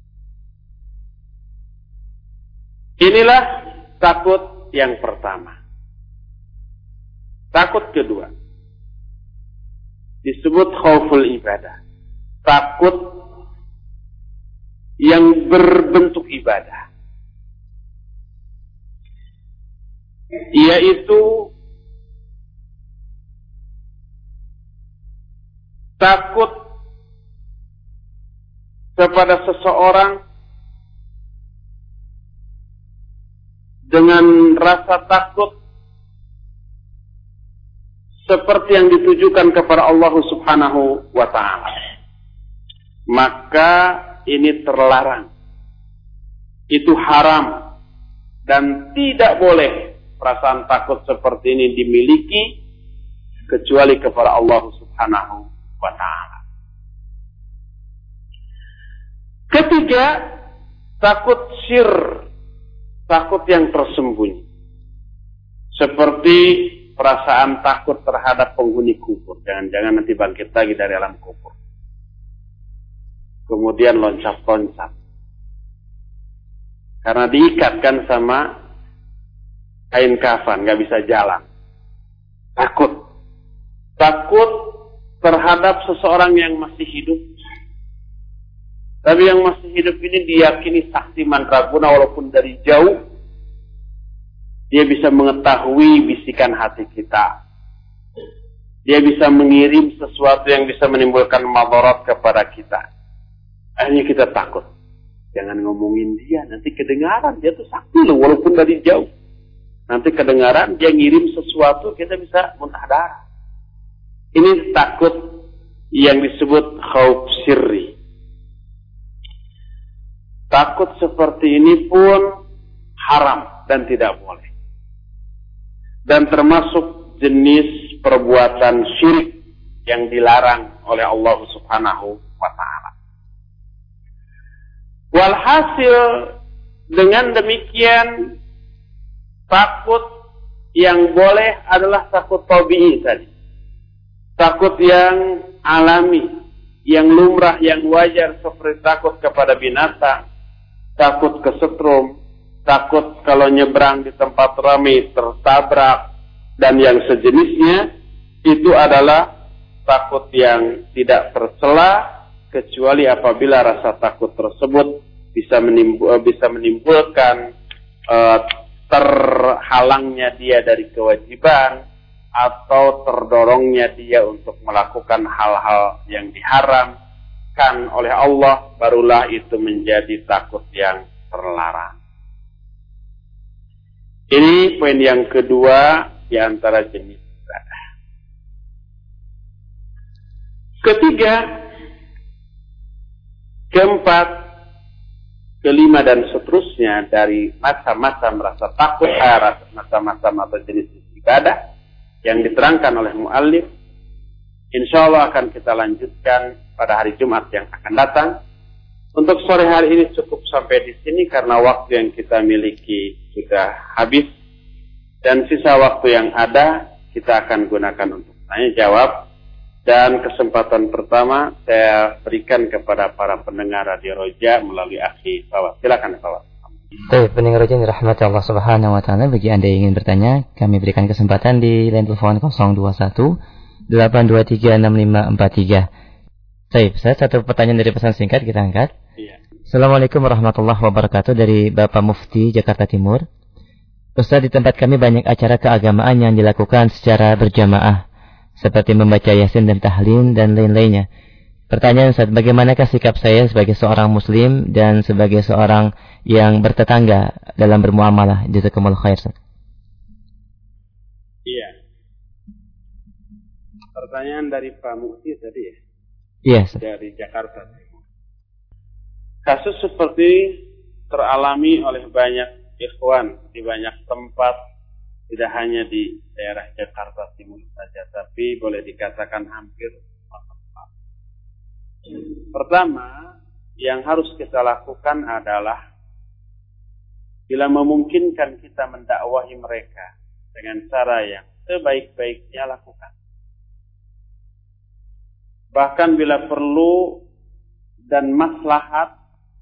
Inilah takut yang pertama. Takut kedua disebut khauful ibadah. Takut yang berbentuk ibadah. Yaitu takut kepada seseorang dengan rasa takut seperti yang ditujukan kepada Allah Subhanahu wa ta'ala. Maka ini terlarang. Itu haram. Dan tidak boleh perasaan takut seperti ini dimiliki kecuali kepada Allah Subhanahu wa ta'ala. Ketiga, takut syir. Takut yang tersembunyi. Seperti perasaan takut terhadap penghuni kubur. Jangan-jangan nanti bangkit lagi dari alam kubur. Kemudian loncat-loncat. Karena diikatkan sama kain kafan, nggak bisa jalan. Takut. Takut terhadap seseorang yang masih hidup. Tapi yang masih hidup ini diyakini saksi mandraguna walaupun dari jauh. Dia bisa mengetahui bisikan hati kita. Dia bisa mengirim sesuatu yang bisa menimbulkan madarat kepada kita. Akhirnya kita takut. Jangan ngomongin dia, nanti kedengaran. Dia tuh sakti loh, walaupun dari jauh. Nanti kedengaran, dia ngirim sesuatu, kita bisa muntah darah. Ini takut yang disebut khauf sirri. Takut seperti ini pun haram dan tidak boleh. Dan termasuk jenis perbuatan syirik yang dilarang oleh Allah Subhanahu wa ta'ala. Walhasil dengan demikian takut yang boleh adalah takut tabi'i tadi. Takut yang alami, yang lumrah, yang wajar seperti takut kepada binatang, takut kesetrum, takut kalau nyebrang di tempat ramai tertabrak dan yang sejenisnya, itu adalah takut yang tidak tercela kecuali apabila rasa takut tersebut bisa menimbulkan terhalangnya dia dari kewajiban atau terdorongnya dia untuk melakukan hal-hal yang diharamkan oleh Allah, barulah itu menjadi takut yang terlarang. Ini poin yang kedua di antara jenis ibadah. Ketiga, keempat, kelima dan seterusnya dari macam-macam rasa takut, macam-macam atau jenis ibadah yang diterangkan oleh muallif, insyaallah akan kita lanjutkan pada hari Jumat yang akan datang. Untuk sore hari ini cukup sampai di sini karena waktu yang kita miliki sudah habis dan sisa waktu yang ada kita akan gunakan untuk tanya jawab. Dan kesempatan pertama saya berikan kepada para pendengar Radio Roja melalui akhi Fawad. Silakan Fawad. Baik, pendengar Roja yang dirahmati Allah Subhanahu wa taala, bagi Anda yang ingin bertanya, kami berikan kesempatan di line telepon 021 823 6543. Baik, saya satu pertanyaan dari pesan singkat kita angkat. Iya. Assalamualaikum warahmatullahi wabarakatuh, dari Bapak Mufti Jakarta Timur. Ustaz, di tempat kami banyak acara keagamaan yang dilakukan secara berjamaah, seperti membaca Yasin dan tahlil dan lain-lainnya. Pertanyaan Ustaz, bagaimanakah sikap saya sebagai seorang muslim dan sebagai seorang yang bertetangga dalam bermuamalah? Jazakumullah khair, Ustaz. Iya. Pertanyaan dari Pak Mufti tadi ya? Iya, Ustaz. Dari Jakarta. Kasus seperti teralami oleh banyak ikhwan di banyak tempat Tidak hanya di daerah Jakarta Timur saja, tapi boleh dikatakan hampir semua tempat. Pertama, yang harus kita lakukan adalah bila memungkinkan kita mendakwahi mereka dengan cara yang sebaik-baiknya lakukan. Bahkan bila perlu dan maslahat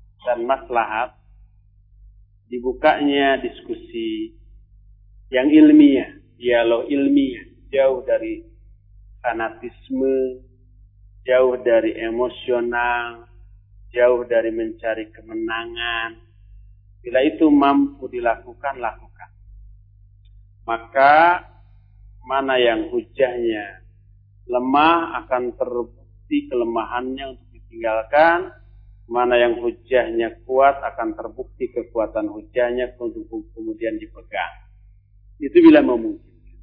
dibukanya diskusi yang ilmiah, dialog ilmiah, jauh dari fanatisme, jauh dari emosional, jauh dari mencari kemenangan. Bila itu mampu dilakukan, lakukan. Maka mana yang hujahnya lemah akan terbukti kelemahannya untuk ditinggalkan. Mana yang hujahnya kuat akan terbukti kekuatan hujahnya untuk kemudian dipegang. Itu bila memungkinkan.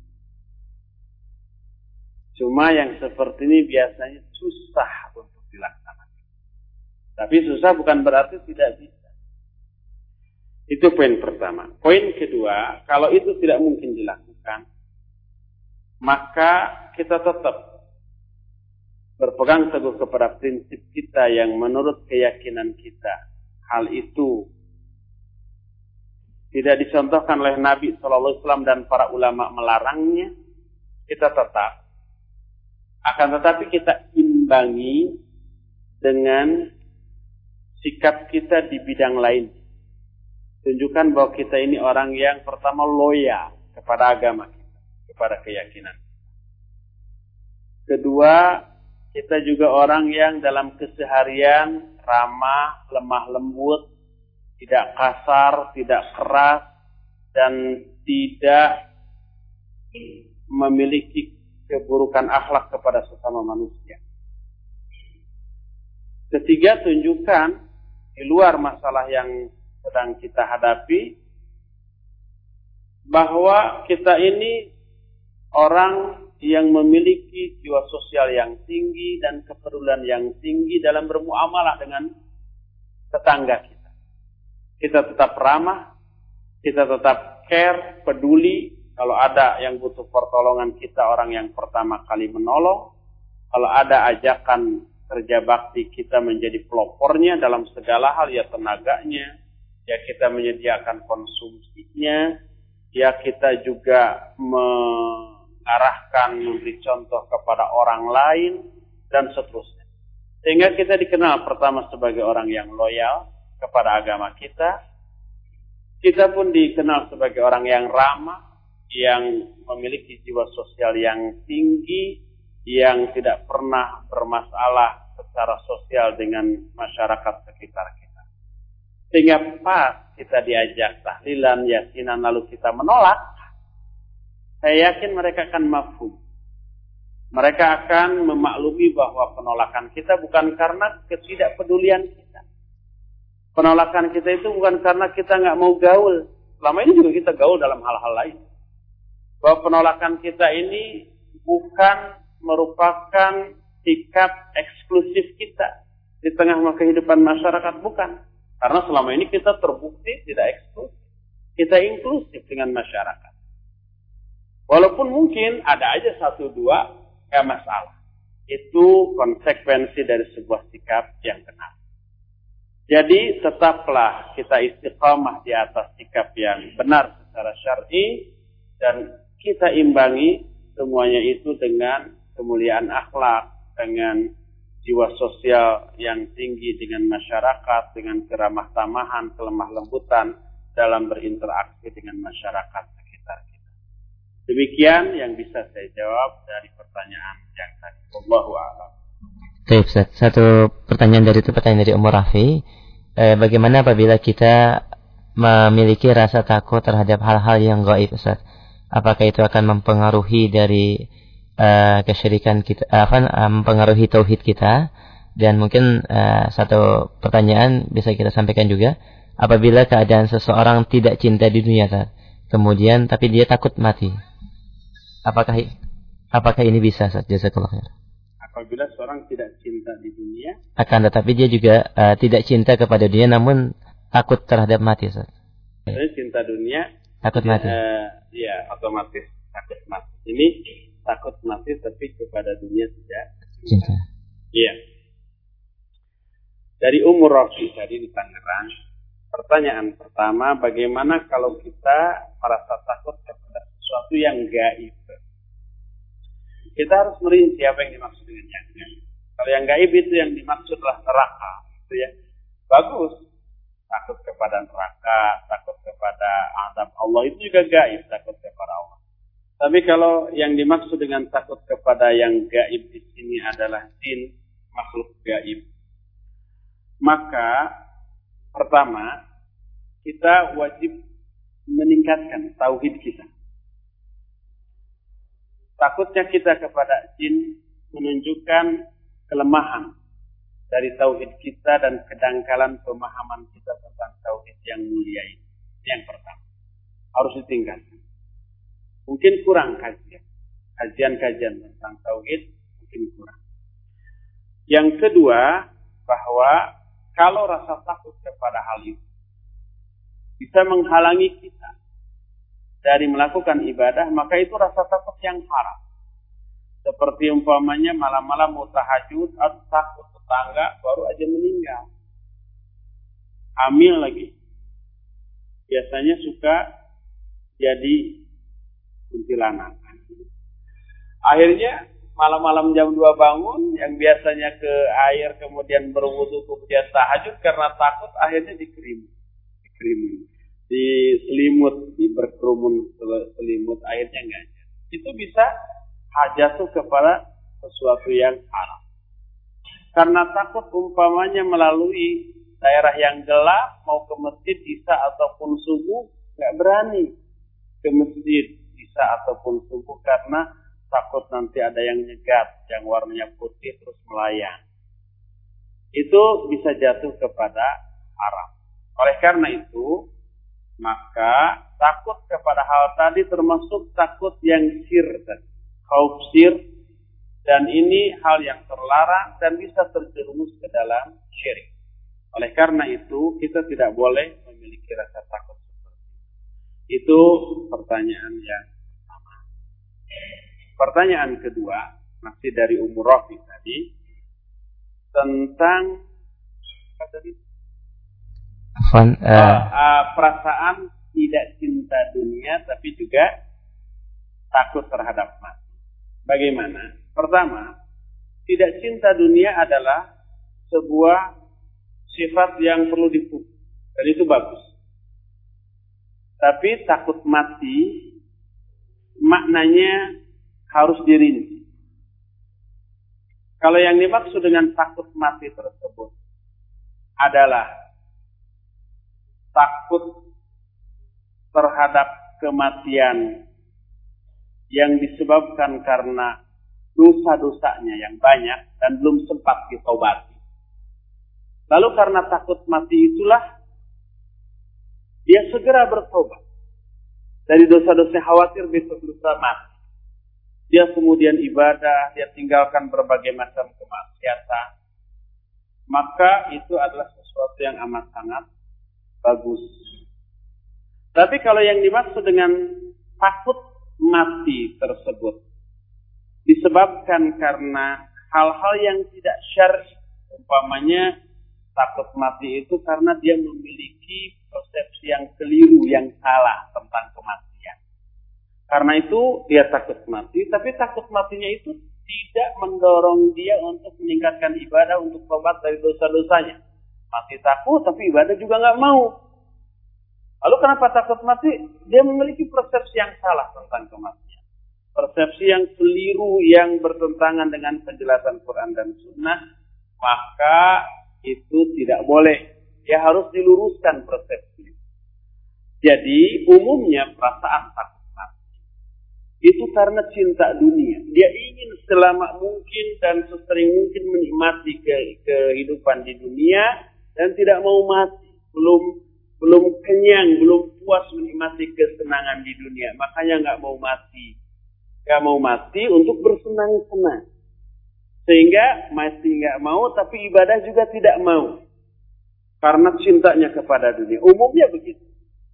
Cuma yang seperti ini biasanya susah untuk dilaksanakan. Tapi susah bukan berarti tidak bisa. Itu poin pertama. Poin kedua, kalau itu tidak mungkin dilakukan, maka kita tetap berpegang teguh kepada prinsip kita yang menurut keyakinan kita. Hal itu tidak dicontohkan oleh Nabi SAW dan para ulama melarangnya, kita tetap. Akan tetapi kita imbangi dengan sikap kita di bidang lain. Tunjukkan bahwa kita ini orang yang pertama loyal kepada agama kita, kepada keyakinan. Kedua, kita juga orang yang dalam keseharian ramah, lemah lembut, tidak kasar, tidak keras, dan tidak memiliki keburukan akhlak kepada sesama manusia. Ketiga, tunjukkan di luar masalah yang sedang kita hadapi bahwa kita ini orang yang memiliki jiwa sosial yang tinggi dan kepedulian yang tinggi dalam bermuamalah dengan tetangga kita. Kita tetap ramah, kita tetap care, peduli. Kalau ada yang butuh pertolongan, kita orang yang pertama kali menolong. Kalau ada ajakan kerja bakti, kita menjadi pelopornya dalam segala hal, ya tenaganya, ya kita menyediakan konsumsinya, ya kita juga mengarahkan, memberi contoh kepada orang lain, dan seterusnya. Sehingga kita dikenal pertama sebagai orang yang loyal kepada agama kita. Kita pun dikenal sebagai orang yang ramah, yang memiliki jiwa sosial yang tinggi, yang tidak pernah bermasalah secara sosial dengan masyarakat sekitar kita. Sehingga pas kita diajak tahlilan, yasinan, lalu kita menolak, saya yakin mereka akan mafhum. Mereka akan memaklumi bahwa penolakan kita bukan karena ketidakpedulian kita. Penolakan kita itu bukan karena kita nggak mau gaul. Selama ini juga kita gaul dalam hal-hal lain. Bahwa penolakan kita ini bukan merupakan sikap eksklusif kita di tengah kehidupan masyarakat, bukan. Karena selama ini kita terbukti tidak eksklusif. Kita inklusif dengan masyarakat. Walaupun mungkin ada aja satu dua, nggak masalah. Itu konsekuensi dari sebuah sikap yang benar. Jadi tetaplah kita istiqamah di atas sikap yang benar secara syar'i, dan kita imbangi semuanya itu dengan kemuliaan akhlak, dengan jiwa sosial yang tinggi dengan masyarakat, dengan keramah tamahan, kelemah lembutan dalam berinteraksi dengan masyarakat sekitar kita. Demikian yang bisa saya jawab dari pertanyaan yang tadi. Wallahu a'lam. Baik, Ustaz. Satu pertanyaan dari Umar Rafi. Bagaimana apabila kita memiliki rasa takut terhadap hal-hal yang gaib, Ustaz? Apakah itu akan mempengaruhi dari kesyirikan kita, mempengaruhi tauhid kita? Dan mungkin satu pertanyaan bisa kita sampaikan juga, apabila keadaan seseorang tidak cinta di dunia, Ustaz, kemudian tapi dia takut mati, apakah ini bisa, Ustaz? Jazakallahu khair. Apabila seorang tidak cinta di dunia, akan tetapi dia juga tidak cinta kepada dunia, namun takut terhadap mati, Ustaz. Cinta dunia Takut mati. Iya, otomatis takut mati. Ini takut mati tapi kepada dunia tidak Cinta. Iya. Dari Umur Rafi tadi di Tangerang, pertanyaan pertama, bagaimana kalau kita merasa takut kepada sesuatu yang gaib? Kita harus merinci apa yang dimaksud dengan yang gaib. Kalau yang gaib itu yang dimaksudlah neraka, gitu ya. Bagus. Takut kepada neraka, takut kepada azab Allah, itu juga gaib, takut kepada Allah. Tapi kalau yang dimaksud dengan takut kepada yang gaib di sini adalah jin, makhluk gaib, maka pertama kita wajib meningkatkan tauhid kita. Takutnya kita kepada jin menunjukkan kelemahan dari tauhid kita dan kedangkalan pemahaman kita tentang tauhid yang mulia ini. Yang pertama, harus ditingkatkan. Mungkin kurang kajian tentang tauhid mungkin kurang. Yang kedua, bahwa kalau rasa takut kepada hal itu bisa menghalangi kita dari melakukan ibadah, maka itu rasa takut yang haram. Seperti umpamanya malam-malam mau tahajud atau takut tetangga baru aja meninggal, hamil lagi, biasanya suka jadi kuntilanak. Akhirnya malam-malam jam 2 bangun, yang biasanya ke air kemudian berwudu kemudian tahajud karena takut, akhirnya dikerimun, diselimut, berkerumun selimut, akhirnya enggak. Itu bisa jatuh kepada sesuatu yang haram. Karena takut umpamanya melalui daerah yang gelap, mau ke masjid isya ataupun subuh, nggak berani ke masjid isya ataupun subuh karena takut nanti ada yang nyegat, yang warnanya putih terus melayang. Itu bisa jatuh kepada haram. Oleh karena itu, maka takut kepada hal tadi termasuk takut yang sir, khauf sir. Dan ini hal yang terlarang dan bisa terjerumus ke dalam syirik. Oleh karena itu, kita tidak boleh memiliki rasa takut seperti itu. Itu pertanyaan yang pertama. Pertanyaan kedua, masih dari Umur Rafi tadi, tentang apa tadi? Perasaan tidak cinta dunia, tapi juga takut terhadap mati. Bagaimana? Pertama, tidak cinta dunia adalah sebuah sifat yang perlu dipuji, dan itu bagus. Tapi takut mati maknanya harus dirinci. Kalau yang dimaksud dengan takut mati tersebut adalah takut terhadap kematian yang disebabkan karena dosa-dosanya yang banyak dan belum sempat ditobati. Lalu karena takut mati itulah dia segera bertobat dari dosa-dosa, khawatir besok lusa mati. Dia kemudian ibadah, dia tinggalkan berbagai macam kemaksiatan. Maka itu adalah sesuatu yang amat sangat bagus. Tapi kalau yang dimaksud dengan takut mati tersebut disebabkan karena hal-hal yang tidak syar'i, umpamanya takut mati itu karena dia memiliki persepsi yang keliru, yang salah tentang kematian. Karena itu dia takut mati, tapi takut matinya itu tidak mendorong dia untuk meningkatkan ibadah, untuk tobat dari dosa-dosanya. Masih takut, tapi ibadah juga nggak mau. Lalu kenapa takut mati? Dia memiliki persepsi yang salah tentang kematian. Persepsi yang keliru, yang bertentangan dengan penjelasan Quran dan Sunnah, maka itu tidak boleh. Dia harus diluruskan persepsi. Jadi umumnya perasaan takut mati itu karena cinta dunia. Dia ingin selama mungkin dan sesering mungkin menikmati kehidupan di dunia dan tidak mau mati. Belum kenyang, belum puas menikmati kesenangan di dunia. Makanya nggak mau mati. Nggak mau mati untuk bersenang-senang. Sehingga mati nggak mau, tapi ibadah juga tidak mau. Karena cintanya kepada dunia. Umumnya begitu.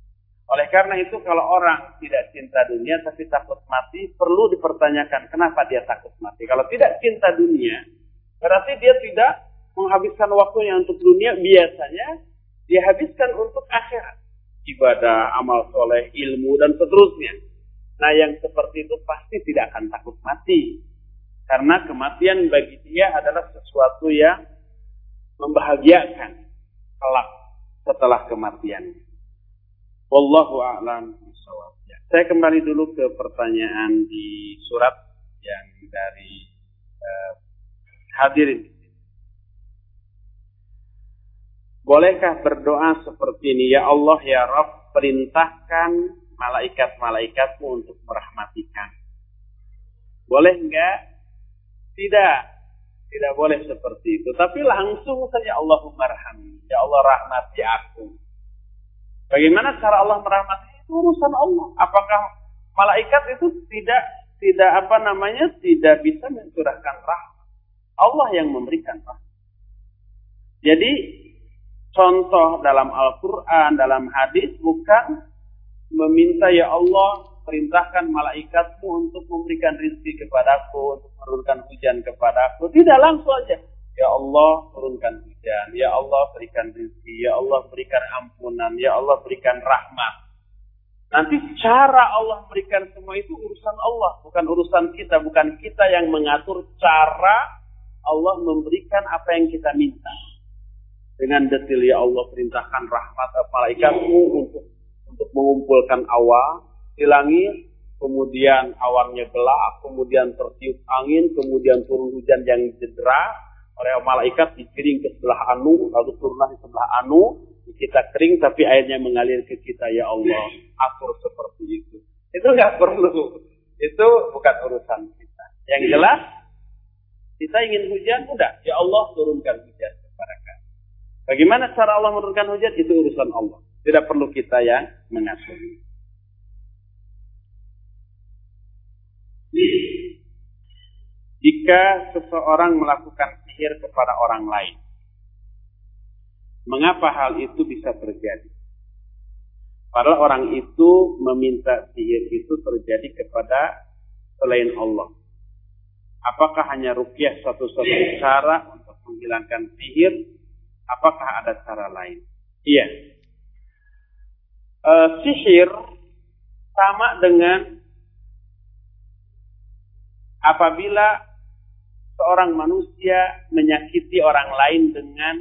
Oleh karena itu kalau orang tidak cinta dunia tapi takut mati, perlu dipertanyakan kenapa dia takut mati. Kalau tidak cinta dunia, berarti dia tidak menghabiskan waktunya untuk dunia, biasanya dia habiskan untuk akhirat. Ibadah, amal soleh, ilmu, dan seterusnya. Nah yang seperti itu pasti tidak akan takut mati. Karena kematian bagi dia adalah sesuatu yang membahagiakan kelak setelah kematian. Wallahu a'lam bishawab. Saya kembali dulu ke pertanyaan di surat yang dari hadirin. Bolehkah berdoa seperti ini? Ya Allah, ya Rabb, perintahkan malaikat-malaikatmu untuk merahmatikan. Boleh enggak? Tidak. Tidak boleh seperti itu. Tapi langsung saja Allahumma rahmi. Ya Allah, rahmati aku. Bagaimana cara Allah merahmati? Itu urusan Allah. Apakah malaikat itu tidak bisa mencurahkan rahmat? Allah yang memberikan rahmat. Jadi contoh dalam Al-Quran, dalam hadis bukan meminta ya Allah perintahkan malaikatmu untuk memberikan rezeki kepadaku, untuk menurunkan hujan kepadaku. Tidak, langsung aja. Ya Allah turunkan hujan, ya Allah berikan rezeki, ya Allah berikan ampunan, ya Allah berikan rahmat. Nanti cara Allah berikan semua itu urusan Allah, bukan urusan kita, bukan kita yang mengatur cara Allah memberikan apa yang kita minta. Dengan detil, ya Allah perintahkan rahmat malaikatmu untuk mengumpulkan awan di langit, kemudian awannya gelap, kemudian tertiup angin, kemudian turun hujan yang deras. Oleh malaikat dikiring ke sebelah anu, lalu turunlah di sebelah anu, kita kering tapi airnya mengalir ke kita. Ya Allah, atur seperti itu. Itu nggak perlu. Itu bukan urusan kita. Yang jelas, kita ingin hujan, udah. Ya Allah, turunkan hujan kepada kami. Bagaimana cara Allah menurunkan hujan? Itu urusan Allah. Tidak perlu kita yang mengatur. Jika seseorang melakukan sihir kepada orang lain, mengapa hal itu bisa terjadi? Padahal orang itu meminta sihir itu terjadi kepada selain Allah. Apakah hanya ruqyah satu-satunya cara untuk menghilangkan sihir? Apakah ada cara lain? Iya. Sihir sama dengan apabila seorang manusia menyakiti orang lain dengan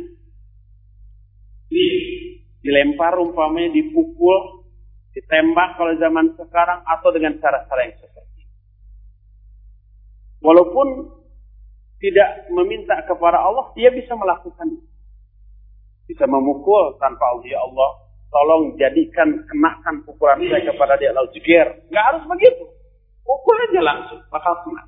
dilempar, umpamanya dipukul, ditembak kalau zaman sekarang, atau dengan cara-cara yang seperti itu. Walaupun tidak meminta kepada Allah, dia bisa melakukan. Bisa memukul tanpa Allah. Ya Allah, tolong kenakan pukulan saya kepada dia, lalu jeger. Nggak harus begitu. Pukul aja langsung, bakal kena.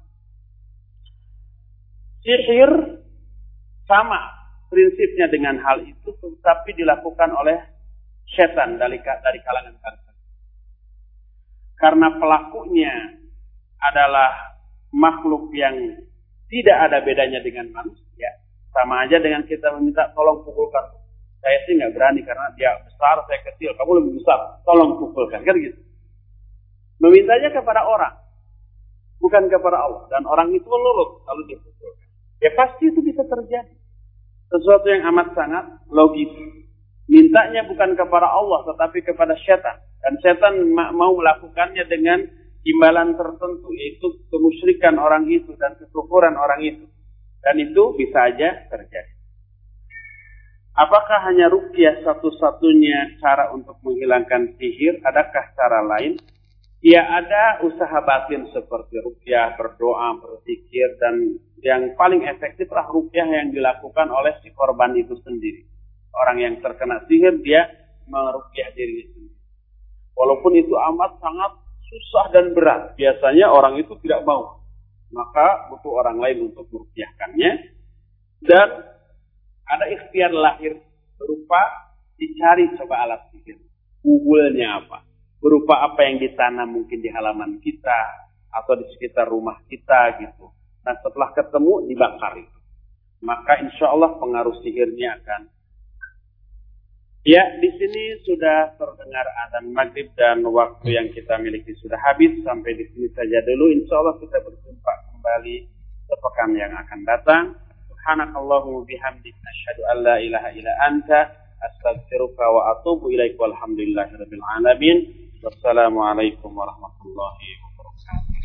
Sihir sama prinsipnya dengan hal itu, tetapi dilakukan oleh setan dari kalangan manusia. Karena pelakunya adalah makhluk yang tidak ada bedanya dengan manusia. Sama aja dengan kita meminta tolong pukulkan. Saya sih nggak berani karena dia besar, saya kecil. Kamu lebih besar, tolong pukulkan. Kan gitu. Memintanya kepada orang, bukan kepada Allah. Dan orang itu menurut kalau dipukulkan. Ya pasti itu bisa terjadi. Sesuatu yang amat sangat logis. Mintanya bukan kepada Allah, tetapi kepada setan. Dan setan mau melakukannya dengan imbalan tertentu, yaitu kemusyrikan orang itu dan kekufuran orang itu. Dan itu bisa aja terjadi. Apakah hanya ruqyah satu-satunya cara untuk menghilangkan sihir? Adakah cara lain? Ya, ada usaha batin seperti ruqyah, berdoa, berzikir, dan yang paling efektif lah ruqyah yang dilakukan oleh si korban itu sendiri. Orang yang terkena sihir, dia meruqyah dirinya sendiri. Walaupun itu amat sangat susah dan berat, biasanya orang itu tidak mau. Maka butuh orang lain untuk meruqyahkannya. Dan ada ikhtiar lahir berupa dicari coba alat sihir. Google-nya apa? Berupa apa yang ditanam mungkin di halaman kita atau di sekitar rumah kita gitu. Nah setelah ketemu dibakar itu. Maka insya Allah pengaruh sihirnya akan. Ya, di sini sudah terdengar azan maghrib dan waktu yang kita miliki sudah habis. Sampai di sini saja dulu. Insya Allah kita berjumpa kembali sepekan yang akan datang. Subhanakallahumma bihamdika asyhadu an la ilaha illa anta astaghfiruka wa atubu ilaik walhamdulillahirabbil alamin. Wassalamualaikum warahmatullahi wabarakatuh.